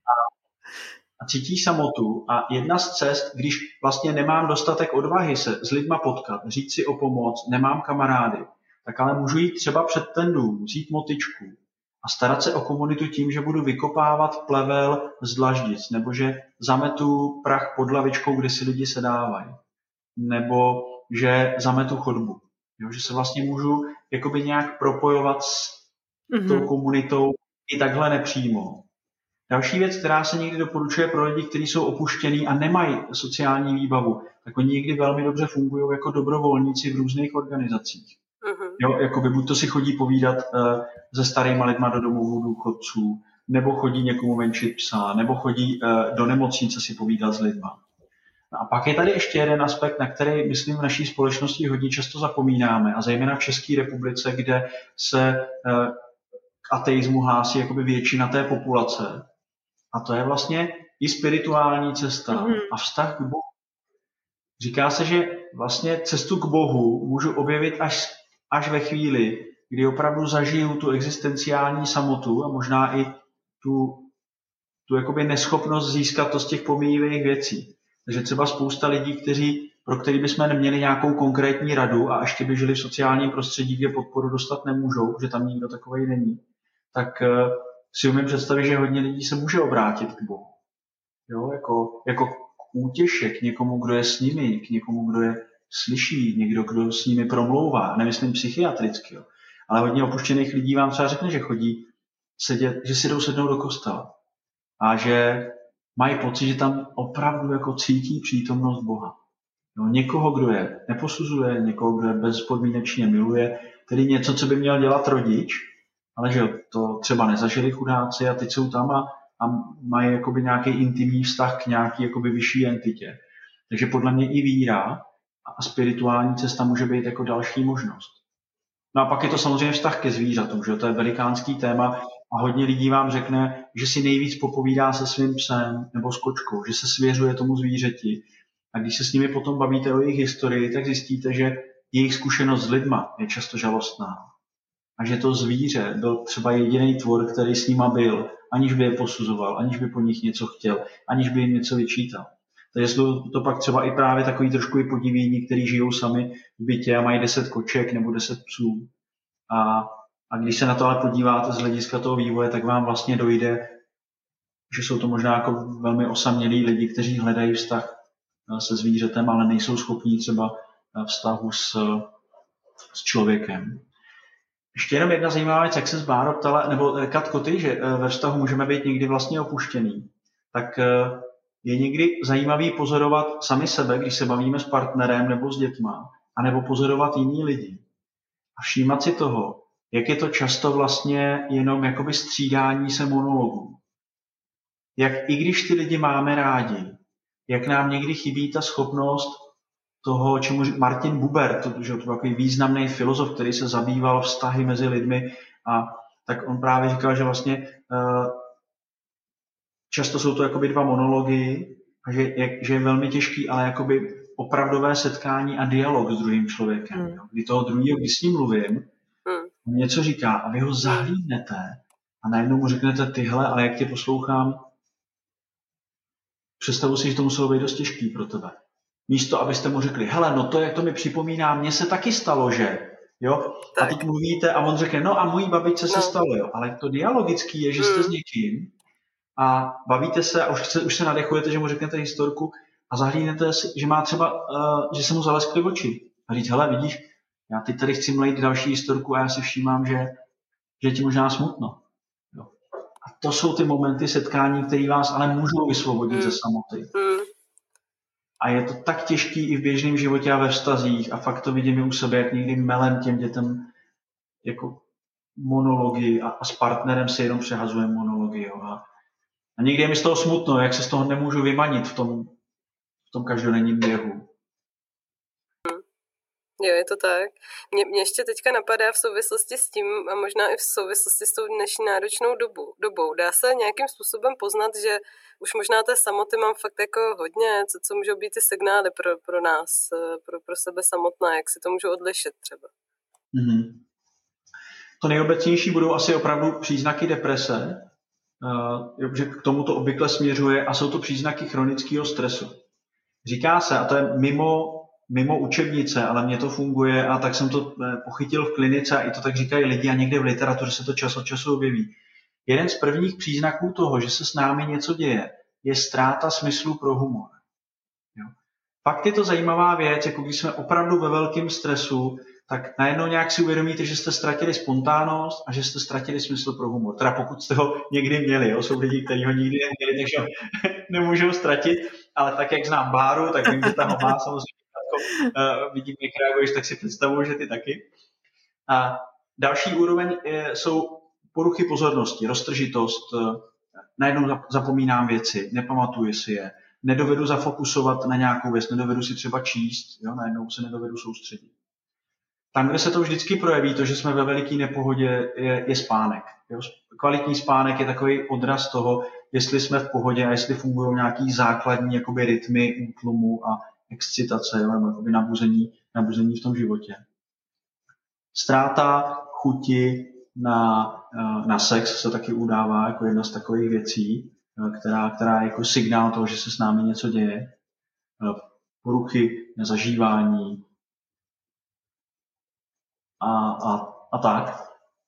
A cítíš samotu a jedna z cest, když vlastně nemám dostatek odvahy se s lidma potkat, říct si o pomoc, nemám kamarády, tak ale můžu jít třeba před ten dům, vzít motyčku a starat se o komunitu tím, že budu vykopávat plevel z dlaždic, nebo že zametu prach pod lavičkou, kde si lidi sedávají, nebo že zametu chodbu. Jo, že se vlastně můžu jakoby nějak propojovat s tou komunitou i takhle nepřímo. Další věc, která se někdy doporučuje pro lidi, kteří jsou opuštění a nemají sociální výbavu, tak oni někdy velmi dobře fungují jako dobrovolníci v různých organizacích. Jo, jakoby buď to si chodí povídat se starýma lidma do domovů důchodců, nebo chodí někomu venčit psa, nebo chodí do nemocnice si povídat s lidma. No a pak je tady ještě jeden aspekt, na který, myslím, v naší společnosti hodně často zapomínáme, a zejména v České republice, kde se k ateismu hlásí jakoby většina té populace. A to je vlastně i spirituální cesta a vztah k Bohu. Říká se, že vlastně cestu k Bohu můžu objevit až ve chvíli, kdy opravdu zažiju tu existenciální samotu a možná i tu jakoby neschopnost získat to z těch pomíjivých věcí. Takže třeba spousta lidí, pro který bychom neměli nějakou konkrétní radu a ještě by žili v sociálním prostředí, kde podporu dostat nemůžou, že tam nikdo takovej není, tak si umím představit, že hodně lidí se může obrátit k Bohu. Jo, jako k útěše, k někomu, kdo je s nimi, k někomu, kdo je slyší, někdo, kdo s nimi promlouvá. Nemyslím psychiatricky, jo. Ale hodně opuštěných lidí vám třeba řekne, že chodí sedět, že si jdou sednout do kostela a že mají pocit, že tam opravdu jako cítí přítomnost Boha. Jo, někoho, kdo je neposuzuje, někoho, kdo je bezpodmínečně miluje, tedy něco, co by měl dělat rodič, ale že to třeba nezažili chudáci a teď jsou tam a mají jakoby nějaký intimní vztah k nějaký jakoby vyšší entitě. Takže podle mě i víra a spirituální cesta může být jako další možnost. No a pak je to samozřejmě vztah ke zvířatům, že to je velikánský téma a hodně lidí vám řekne, že si nejvíc popovídá se svým psem nebo s kočkou, že se svěřuje tomu zvířeti. A když se s nimi potom bavíte o jejich historii, tak zjistíte, že jejich zkušenost s lidma je často žalostná. A že to zvíře byl třeba jediný tvor, který s nima byl, aniž by je posuzoval, aniž by po nich něco chtěl, aniž by jim něco vyčítal. Takže jsou to pak třeba i právě takový trošku i podivění, kteří žijou sami v bytě a mají 10 koček nebo 10 psů. A když se na to ale podíváte z hlediska toho vývoje, tak vám vlastně dojde, že jsou to možná jako velmi osamělí lidi, kteří hledají vztah se zvířetem, ale nejsou schopní třeba vztahu s člověkem. Ještě jenom jedna zajímavá věc, jak se Báro ptala, nebo Katko, ty, že ve vztahu můžeme být někdy vlastně opuštěný, tak je někdy zajímavý pozorovat sami sebe, když se bavíme s partnerem nebo s dětma, anebo pozorovat jiný lidi. A všímat si toho, jak je to často vlastně jenom jakoby střídání se monologů. Jak i když ty lidi máme rádi, jak nám někdy chybí ta schopnost toho, čemu Martin Buber, to je takový významný filozof, který se zabýval vztahy mezi lidmi, a tak on právě říkal, že vlastně často jsou to jakoby dva monology a že je velmi těžký, ale jakoby opravdové setkání a dialog s druhým člověkem. Kdy toho druhého, když s ním mluvím, on něco říká a vy ho zahlídnete a najednou mu řeknete tyhle, ale jak tě poslouchám, představu si, že to muselo být dost těžký pro tebe. Místo, abyste mu řekli, hele, no to, jak to mi připomíná, mně se taky stalo, že? Jo? A teď mluvíte a on řekne, no a mojí babičce se stalo, jo. Ale to dialogický je, že jste s někým a bavíte se a už se nadechujete, že mu řeknete historku a zahlídnete si, že má třeba, že se mu zaleskly oči. A říct, hele, vidíš, já teď tady chci mlejt další historku a já si všímám, že je ti možná smutno. Jo. A to jsou ty momenty setkání, které vás ale můžou vysvobodit ze samoty. A je to tak těžký i v běžném životě a ve vztazích a fakt to vidím i u sebe, jak někdy melem těm dětem jako monology a s partnerem se jenom přehazujeme monology. Jo. A někdy je mi z toho smutno, jak se z toho nemůžu vymanit v tom každodenním běhu. Jo, je to tak. Mě ještě teďka napadá v souvislosti s tím a možná i v souvislosti s tou dnešní náročnou dobou. Dá se nějakým způsobem poznat, že už možná té samoty mám fakt jako hodně, co můžou být ty signály pro nás, pro sebe samotné, jak si to můžu odlišit třeba? Mm-hmm. To nejobecnější budou asi opravdu příznaky deprese, že k tomu to obvykle směřuje a jsou to příznaky chronického stresu. Říká se, a to je mimo učebnice, ale mně to funguje a tak jsem to pochytil v klinice a i to tak říkají lidi a někde v literatuře se to čas od času objeví. Jeden z prvních příznaků toho, že se s námi něco děje, je ztráta smyslu pro humor. Jo? Fakt je to zajímavá věc, jako když jsme opravdu ve velkém stresu, tak najednou nějak si uvědomíte, že jste ztratili spontánnost a že jste ztratili smysl pro humor. Teda pokud jste ho někdy měli, jo? Jsou lidi, kteří ho nikdy neměli, takže ho nemůžou ztratit, ale tak, jak znám Báru, tak vím, že tam ho má samozřejmě. Vidím, jak reaguješ, tak si představuji, že ty taky. A další úroveň jsou poruchy pozornosti, roztržitost, najednou zapomínám věci, nepamatuji si je, nedovedu zafokusovat na nějakou věc, nedovedu si třeba číst, jo, najednou se nedovedu soustředit. Tam, kde se to vždycky projeví, to, že jsme ve veliké nepohodě, je spánek. Jo? Kvalitní spánek je takový odraz toho, jestli jsme v pohodě a jestli fungují nějaký základní jakoby, rytmy útlumu a excitace, jo? Nebo jakoby nabuzení v tom životě. Ztráta chuti na sex se taky udává jako jedna z takových věcí, která je jako signál toho, že se s námi něco děje. Poruchy nezažívání a tak.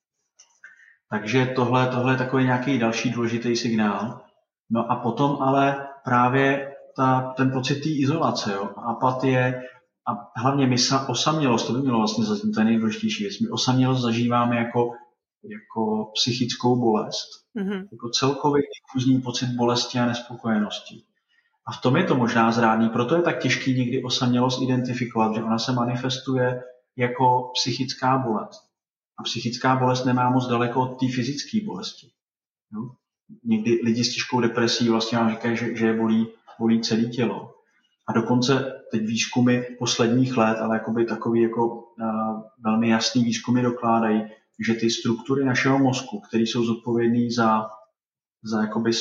Takže tohle je takový nějaký další důležitý signál. No a potom ale právě ten pocit té izolace, jo, apatie a hlavně osamělost, to by mělo vlastně zaznít, to je nejdůležitější věc. My osamělost zažíváme jako psychickou bolest. Mm-hmm. Jako celkový difuzní pocit bolesti a nespokojenosti. A v tom je to možná zrádný, proto je tak těžký někdy osamělost identifikovat, že ona se manifestuje jako psychická bolest. A psychická bolest nemá moc daleko od té fyzické bolesti. Jo? Někdy lidi s těžkou depresí vlastně vám říkají, že je bolí celé tělo. A dokonce teď výzkumy posledních let, ale jakoby takový velmi jasný výzkumy dokládají, že ty struktury našeho mozku, které jsou zodpovědné za jakoby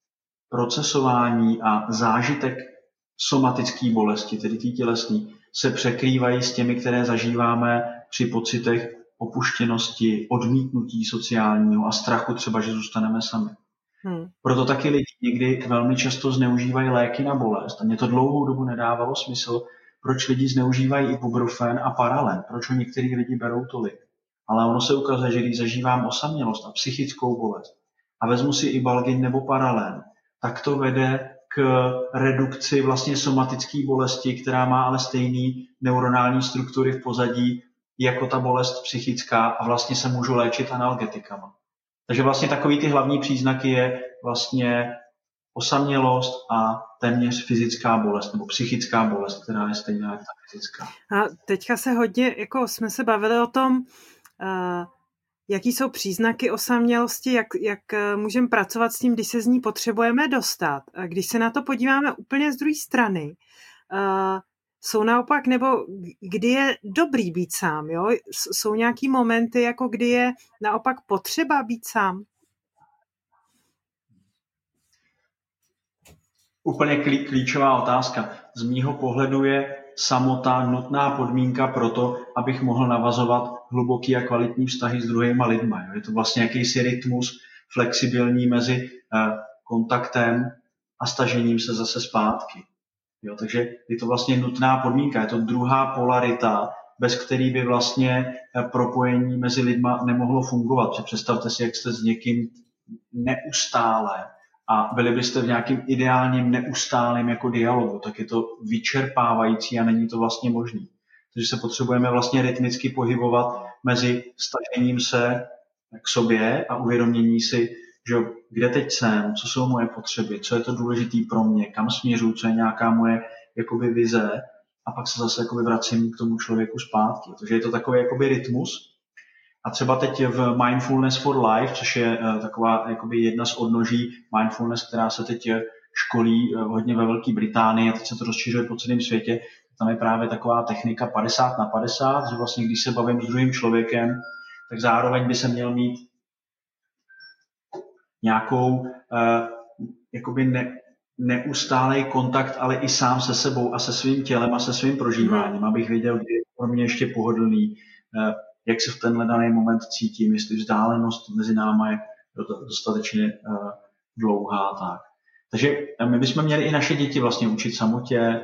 procesování a zážitek somatické bolesti, tedy té tělesní, se překrývají s těmi, které zažíváme při pocitech opuštěnosti, odmítnutí sociálního a strachu třeba, že zůstaneme sami. Proto taky lidi někdy velmi často zneužívají léky na bolest. A mě to dlouhou dobu nedávalo smysl, proč lidi zneužívají ibuprofen a paralen, proč ho některý lidi berou tolik. Ale ono se ukazuje, že když zažívám osamělost a psychickou bolest a vezmu si Ibalgin nebo paralen, tak to vede k redukci vlastně somatické bolesti, která má ale stejný neuronální struktury v pozadí jako ta bolest psychická a vlastně se můžu léčit analgetikama. Takže vlastně takový ty hlavní příznaky je vlastně osamělost a téměř fyzická bolest nebo psychická bolest, která je stejná jako ta fyzická. A teďka se hodně, jako jsme se bavili o tom, jaký jsou příznaky osamělosti, jak můžeme pracovat s tím, když se z ní potřebujeme dostat. A když se na to podíváme úplně z druhé strany, jsou naopak, nebo kdy je dobrý být sám, jo? Jsou nějaký momenty, jako kdy je naopak potřeba být sám? Úplně klíčová otázka. Z mýho pohledu je samota nutná podmínka pro to, abych mohl navazovat hluboký a kvalitní vztahy s druhýma lidma. Jo? Je to vlastně jakýsi rytmus flexibilní mezi kontaktem a stažením se zase zpátky. Jo, takže je to vlastně nutná podmínka, je to druhá polarita, bez který by vlastně propojení mezi lidma nemohlo fungovat. Protože představte si, jak jste s někým neustále a byli byste v nějakým ideálním neustálým jako dialogu, tak je to vyčerpávající a není to vlastně možné. Takže se potřebujeme vlastně rytmicky pohybovat mezi stažením se k sobě a uvědomění si, že kde teď jsem, co jsou moje potřeby, co je to důležité pro mě, kam směřuji, co je nějaká moje jakoby vize a pak se zase jakoby vracím k tomu člověku zpátky. Takže je to takový jakoby rytmus. A třeba teď v Mindfulness for Life, což je taková jakoby jedna z odnoží mindfulness, která se teď školí hodně ve Velké Británii a teď se to rozšiřuje po celém světě, tam je právě taková technika 50/50, že vlastně když se bavím s druhým člověkem, tak zároveň by se měl mít nějakou jakoby neustálý kontakt, ale i sám se sebou a se svým tělem a se svým prožíváním, abych věděl, kdy je pro mě ještě pohodlný, jak se v tenhle daný moment cítím, jestli vzdálenost mezi náma je dostatečně dlouhá. Tak. Takže my bychom měli i naše děti vlastně učit samotě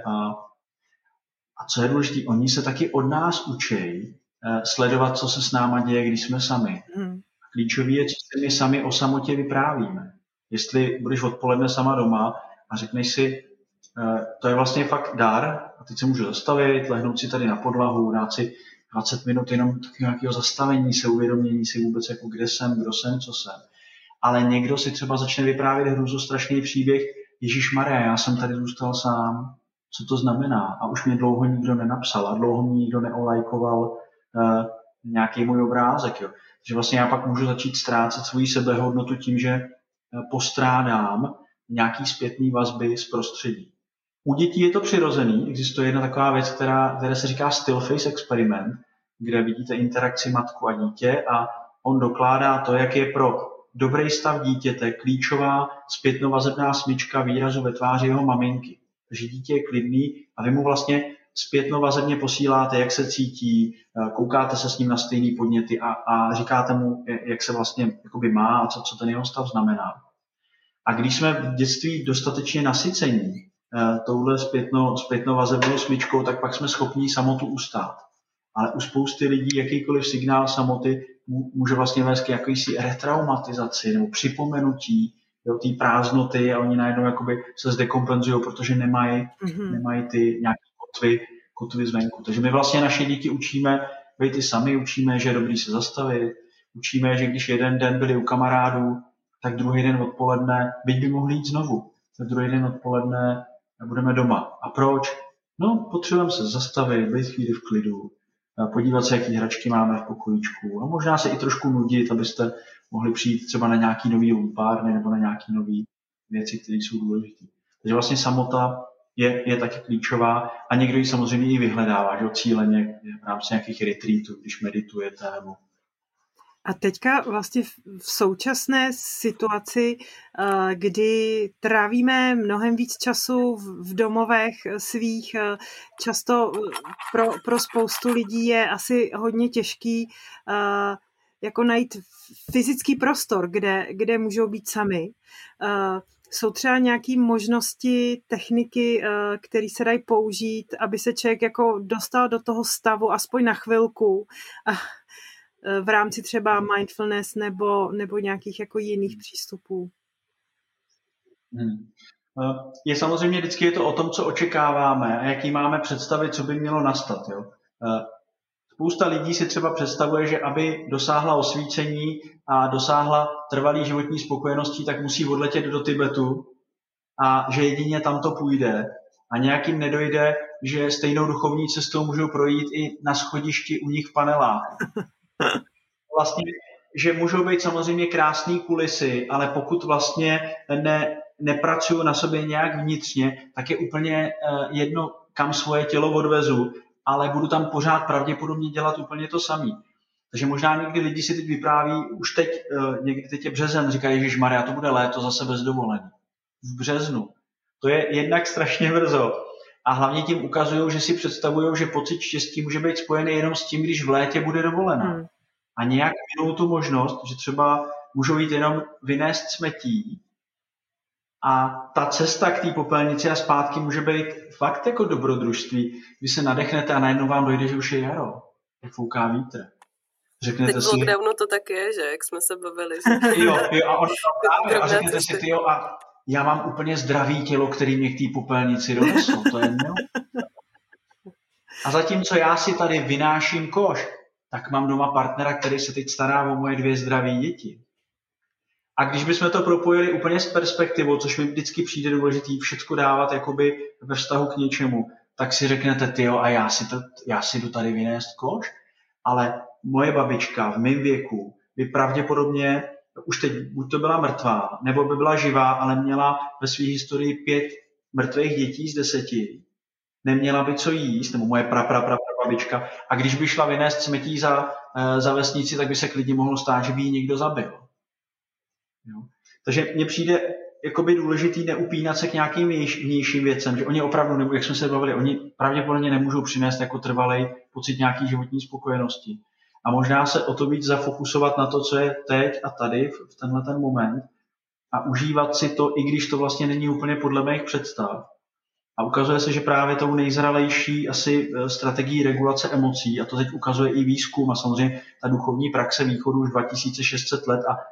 a co je důležité, oni se taky od nás učí sledovat, co se s náma děje, když jsme sami. Klíčový je, co si my sami o samotě vyprávíme. Jestli budeš odpoledne sama doma a řekneš si, to je vlastně fakt dar, a teď se můžu zastavit, lehnout si tady na podlahu, dát si 20 minut jenom nějakého zastavení se, uvědomění si vůbec, jako kde jsem, kdo jsem, co jsem. Ale někdo si třeba začne vyprávět hrůzostrašný příběh, Ježišmarja, já jsem tady zůstal sám, co to znamená? A už mě dlouho nikdo nenapsal a dlouho mě nikdo neolajkoval nějaký můj obrázek. Jo. Takže vlastně já pak můžu začít ztrácet svoji sebehodnotu tím, že postrádám nějaký zpětný vazby z prostředí. U dětí je to přirozený, existuje jedna taková věc, která se říká still face experiment, kde vidíte interakci matku a dítě a on dokládá to, jak je pro dobrý stav dítěte klíčová zpětnovazebná smyčka výrazu ve tváři jeho maminky. Takže dítě je klidný a vy mu vlastně zpětnovazebně posíláte, jak se cítí, koukáte se s ním na stejné podněty a říkáte mu, jak se vlastně jakoby má a co ten jeho stav znamená. A když jsme v dětství dostatečně nasycení touhle zpětnovazebnou smyčkou, tak pak jsme schopni samotu ustát. Ale u spousty lidí jakýkoliv signál samoty může vlastně vést k jakýsi retraumatizaci nebo připomenutí té prázdnoty a oni najednou jakoby se zdekompenzují, protože nemají ty nějaké kotvy zvenku. Takže my vlastně naše děti učíme být i sami, učíme, že je dobrý se zastavit, učíme, že když jeden den byli u kamarádů, tak druhý den odpoledne, byť by mohli jít znovu, tak druhý den odpoledne budeme doma. A proč? No, potřebujeme se zastavit, být chvíli v klidu, podívat se, jaký hračky máme v pokojíčku a možná se i trošku nudit, abyste mohli přijít třeba na nějaký nový lumpárny nebo na nějaký nový věci, které jsou důležité. Takže vlastně samota je taky klíčová a někdo ji samozřejmě i vyhledává, že cíleně v rámci nějakých retreatů, když meditujete nebo. A teďka vlastně v současné situaci, kdy trávíme mnohem víc času v domovech svých, často pro spoustu lidí je asi hodně těžký jako najít fyzický prostor, kde můžou být sami. Jsou třeba nějaké možnosti, techniky, které se dají použít, aby se člověk jako dostal do toho stavu aspoň na chvilku v rámci třeba mindfulness nebo nějakých jako jiných přístupů? Je samozřejmě vždycky je to o tom, co očekáváme a jaký máme představy, co by mělo nastat. Jo? Spousta lidí si třeba představuje, že aby dosáhla osvícení a dosáhla trvalý životní spokojenosti, tak musí odletět do Tibetu a že jedině tam to půjde a nějakým nedojde, že stejnou duchovní cestou můžou projít i na schodišti u nich v panelách. Vlastně, že můžou být samozřejmě krásné kulisy, ale pokud vlastně nepracuju na sobě nějak vnitřně, tak je úplně jedno, kam svoje tělo odvezu, ale budu tam pořád pravděpodobně dělat úplně to samé. Takže možná někdy lidi si teď vypráví, už teď je březen, říkají, ježišmarja, to bude léto zase bez dovolení. V březnu. To je jednak strašně brzo. A hlavně tím ukazují, že si představují, že pocit štěstí může být spojený jenom s tím, když v létě bude dovolená. A nějak minou tu možnost, že třeba můžou jít jenom vynést smetí a ta cesta k té popelnici a zpátky může být fakt jako dobrodružství, kdy se nadechnete a najednou vám dojde, že už je jaro, jak fouká vítr. Řeknete teď v lockdownu to tak je, že jak jsme se bavili. Že... Jo, a řeknete si, tyjo, a já mám úplně zdravý tělo, který mě k té popelnici doneslo, to je neuvěřitelné. A zatímco já si tady vynáším koš, tak mám doma partnera, který se teď stará o moje 2 zdravé děti. A když bychom to propojili úplně s perspektivou, což mi vždycky přijde důležitý, všecko dávat jakoby ve vztahu k něčemu, tak si řeknete, tyjo, a já si jdu tady vynést koš, ale moje babička v mém věku by pravděpodobně už teď buď to byla mrtvá, nebo by byla živá, ale měla ve své historii 5 mrtvých dětí z 10. neměla by co jíst, nebo moje babička, a když by šla vynést smetí za vesnici, tak by se klidně mohlo stát, že by ji někdo zabil. Jo? Takže mně přijde jakoby důležitý neupínat se k nějakým vnějším věcem, že oni opravdu, jak jsme se bavili, oni pravděpodobně nemůžou přinést jako trvalej pocit nějaký životní spokojenosti. A možná se o to víc zafokusovat na to, co je teď a tady, v tenhle ten moment, a užívat si to, i když to vlastně není úplně podle mých představ. A ukazuje se, že právě tou nejzralejší asi strategií regulace emocí, a to teď ukazuje i výzkum a samozřejmě ta duchovní praxe východu už 2600 let a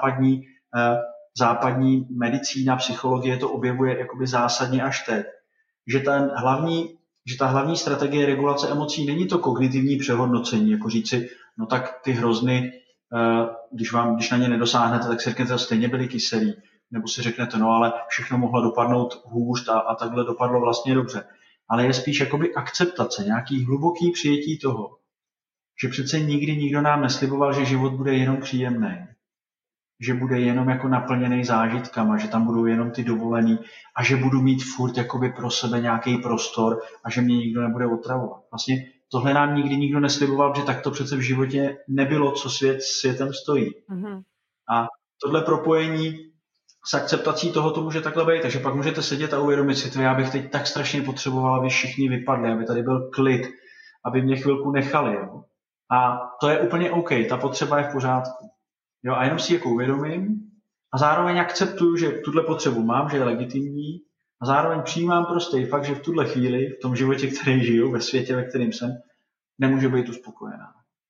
západní medicína, psychologie to objevuje jakoby zásadně až teď, že ta hlavní strategie regulace emocí není to kognitivní přehodnocení, jako říci, no tak ty hrozny, když na ně nedosáhnete, tak si řeknete, stejně byly kyselí. Nebo si řeknete, no ale všechno mohlo dopadnout hůř a takhle dopadlo vlastně dobře. Ale je spíš jakoby akceptace, nějaký hluboký přijetí toho, že přece nikdy nikdo nám nesliboval, že život bude jenom příjemný, že bude jenom jako naplněný zážitkama, že tam budou jenom ty dovolený a že budu mít furt jakoby pro sebe nějaký prostor a že mě nikdo nebude otravovat. Vlastně tohle nám nikdy nikdo nesliboval, že tak to přece v životě nebylo, co světem stojí. Mm-hmm. A tohle propojení s akceptací toho to může takhle být, takže pak můžete sedět a uvědomit si, já bych teď tak strašně potřeboval, aby všichni vypadli, aby tady byl klid, aby mě chvilku nechali. Jo? A to je úplně OK, ta potřeba je v pořádku. Jo? A jenom si jako uvědomím a zároveň akceptuju, že tuhle potřebu mám, že je legitimní a zároveň přijímám prostě fakt, že v tuhle chvíli, v tom životě, který žiju, ve světě, ve kterém jsem, nemůžu být uspokojená.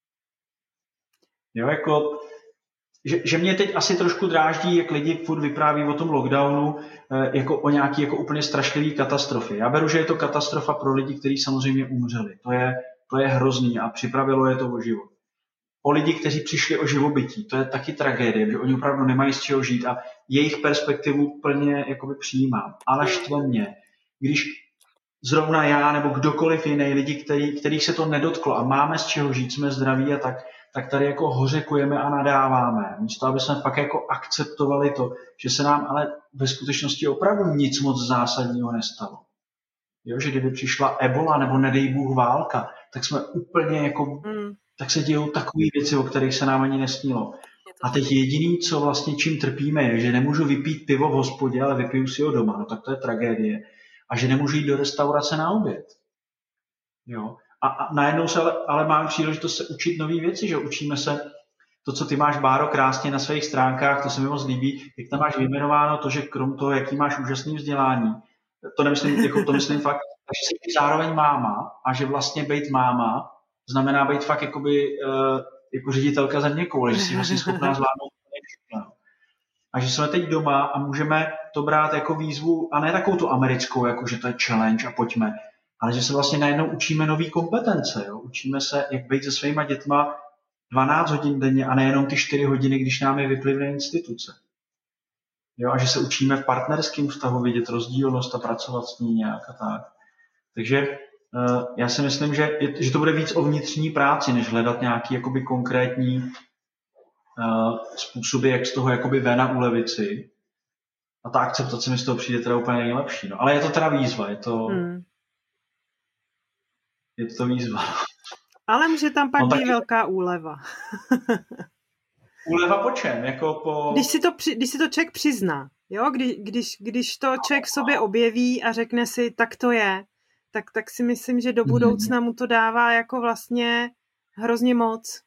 Jo, jako že mě teď asi trošku dráždí, jak lidi furt vypráví o tom lockdownu jako o nějaký jako úplně strašlivý katastrofě. Já beru, že je to katastrofa pro lidi, kteří samozřejmě umřeli. To je hrozný a připravilo je to o život. O lidi, kteří přišli o živobytí, to je taky tragédie, že oni opravdu nemají z čeho žít a jejich perspektivu plně jakoby přijímám. Ale štve mě, když zrovna já nebo kdokoliv jiný lidi, kterých se to nedotklo a máme z čeho žít, jsme zdraví a tak tady jako hořekujeme a nadáváme. Místo, aby jsme pak jako akceptovali to, že se nám ale ve skutečnosti opravdu nic moc zásadního nestalo. Jo, že kdyby přišla ebola nebo nedej Bůh válka, tak jsme úplně jako, tak se dějou takové věci, o kterých se nám ani nesnilo. A teď jediný, co vlastně čím trpíme, je, že nemůžu vypít pivo v hospodě, ale vypiju si ho doma. No tak to je tragédie. A že nemůžu jít do restaurace na oběd. Jo. A najednou se ale máme příležitost se učit nové věci, že učíme se to, co ty máš, Báro, krásně na svých stránkách, to se mi moc líbí, jak tam máš vyjmenováno to, že krom toho, jaký máš úžasný vzdělání, to nemyslím, jako to myslím fakt, že jsi zároveň máma a že vlastně být máma znamená být fakt jako ředitelka zeměkoule, že jsi vlastně schopná zvládnout všechno. A že jsme teď doma a můžeme to brát jako výzvu a ne takovou tu americkou, jako že to je challenge a pojďme, ale že se vlastně najednou učíme nový kompetence. Jo? Učíme se, jak být se svýma dětma 12 hodin denně a nejenom ty 4 hodiny, když nám je vyplivne instituce. Jo? A že se učíme v partnerském vztahu vidět rozdílnost a pracovat s ní nějak a tak. Takže já si myslím, že to bude víc o vnitřní práci, než hledat nějaký jakoby konkrétní způsoby, jak z toho jakoby ven a ulevit si. A ta akceptace mi z toho přijde teda úplně nejlepší. No. Ale je to teda výzva, je to výzva. Ale může tam pak být velká úleva. Úleva po čem? Jako po... Když si to člověk přizná, jo? Když to člověk v sobě objeví a řekne si, tak to je, tak si myslím, že do budoucna mu to dává jako vlastně hrozně moc.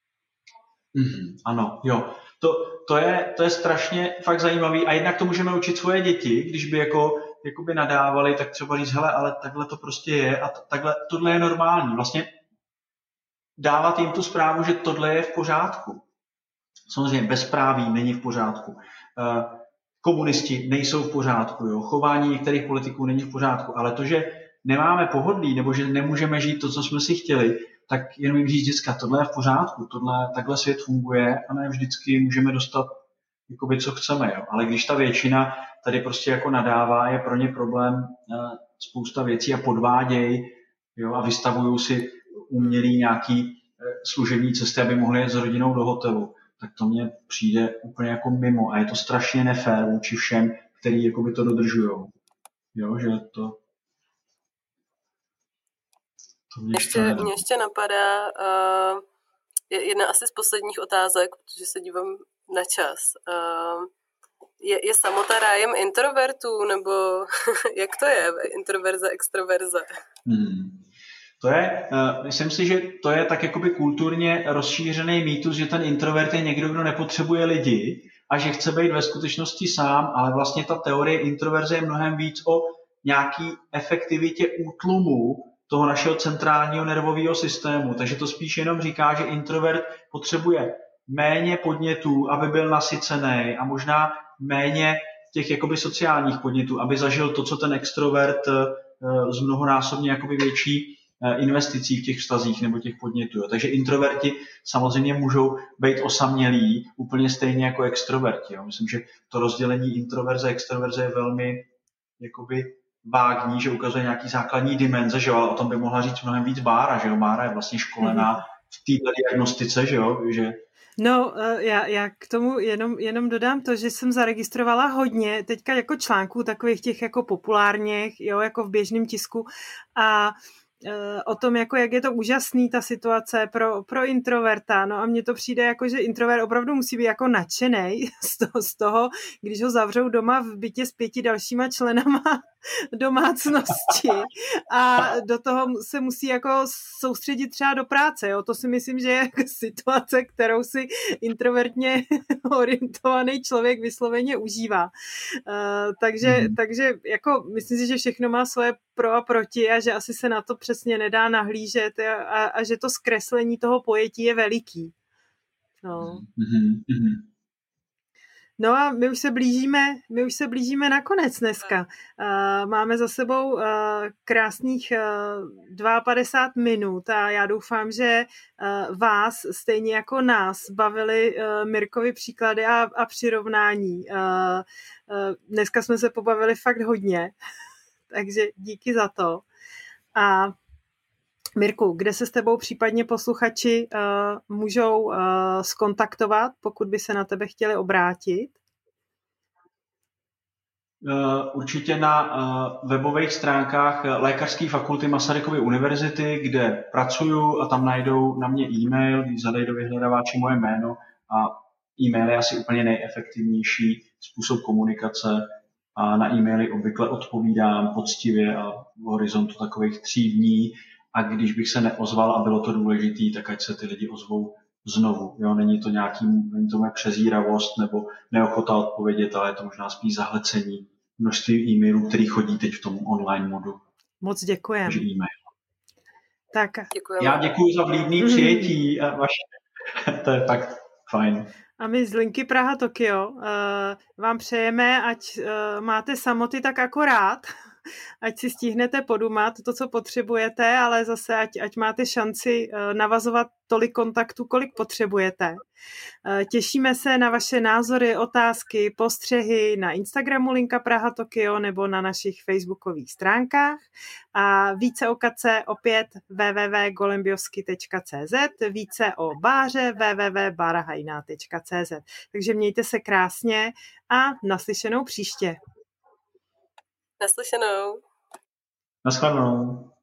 Ano, jo. To je strašně fakt zajímavý a jednak to můžeme učit svoje děti, když by jakoby nadávali, tak třeba říct, hele, ale takhle to prostě je a tohle je normální. Vlastně dávat jim tu zprávu, že tohle je v pořádku. Samozřejmě bezpráví není v pořádku. Komunisti nejsou v pořádku, jo. Chování některých politiků není v pořádku, ale to, že nemáme pohodlí nebo že nemůžeme žít to, co jsme si chtěli, tak jenom jim říct vždycky, tohle je v pořádku, takhle svět funguje a ne vždycky můžeme dostat jakoby, co chceme. Jo. Ale když ta většina tady prostě jako nadává, je pro ně problém spousta věcí a podvádějí, jo, a vystavují si umělý nějaký služební cesty, aby mohli jet s rodinou do hotelu, tak to mně přijde úplně jako mimo a je to strašně nefér vůči všem, který jakoby to dodržujou. Jo, že to... Mě ještě napadá jedna asi z posledních otázek, protože se dívám na čas. Je samota rájem introvertů, nebo jak to je? Introverze, extroverze? To je, myslím si, že to je tak jakoby kulturně rozšířený mýtus, že ten introvert je někdo, kdo nepotřebuje lidi a že chce být ve skutečnosti sám, ale vlastně ta teorie introverze je mnohem víc o nějaký efektivitě útlumu toho našeho centrálního nervového systému. Takže to spíš jenom říká, že introvert potřebuje méně podnětů, aby byl nasycený a možná méně těch jakoby sociálních podnětů, aby zažil to, co ten extrovert z mnohonásobně jakoby větší investicí v těch vztazích nebo těch podnětů. Takže introverti samozřejmě můžou být osamělí úplně stejně jako extroverti. Myslím, že to rozdělení introverze a extroverze je velmi jakoby vágní, že ukazuje nějaký základní dimenze, že jo, ale o tom by mohla říct mnohem víc Bára, že jo, Bára je vlastně školená v této diagnostice, že jo, že... No, já k tomu jenom dodám to, že jsem zaregistrovala hodně teďka jako článků takových těch jako populárních, jo, jako v běžném tisku a o tom, jako jak je to úžasný ta situace pro introverta, no a mně to přijde jako, že introvert opravdu musí být jako nadšenej z toho, když ho zavřou doma v bytě s 5 dalšíma členama domácnosti a do toho se musí jako soustředit třeba do práce, jo, to si myslím, že je jako situace, kterou si introvertně orientovaný člověk vysloveně užívá. Takže jako myslím si, že všechno má svoje pro a proti a že asi se na to přesně nedá nahlížet a že to zkreslení toho pojetí je veliký. No. No a my už se blížíme na konec dneska. Máme za sebou krásných 52 minut a já doufám, že vás stejně jako nás bavily Mirkovy příklady a přirovnání. Dneska jsme se pobavili fakt hodně, takže díky za to. A Mirku, kde se s tebou případně posluchači můžou skontaktovat, pokud by se na tebe chtěli obrátit? Určitě na webových stránkách Lékařské fakulty Masarykovy univerzity, kde pracuju a tam najdou na mě e-mail, když zadají do vyhledávače moje jméno a e-mail je asi úplně nejefektivnější způsob komunikace a na e-maily obvykle odpovídám poctivě a v horizontu takových 3 dní. A když bych se neozval a bylo to důležitý, tak ať se ty lidi ozvou znovu. Jo? Není to moje přezíravost nebo neochota odpovědět, ale je to možná spíš zahlecení množství e-mailů, který chodí teď v tom online modu. Moc děkujem. Takže e-mail. Tak. Děkujeme. Já děkuji za vlídný přijetí. Vaše. To je fakt fajn. A my z linky Praha Tokio vám přejeme, ať máte samoty tak akorát, ať si stihnete podumat to, co potřebujete, ale zase ať máte šanci navazovat tolik kontaktů, kolik potřebujete. Těšíme se na vaše názory, otázky, postřehy na Instagramu Linka Praha Tokio nebo na našich facebookových stránkách. A více o Kace opět www.golembiovsky.cz, více o Báře www.barahajná.cz. Takže mějte se krásně a naslyšenou příště. Naslyšenou. Naschledanou.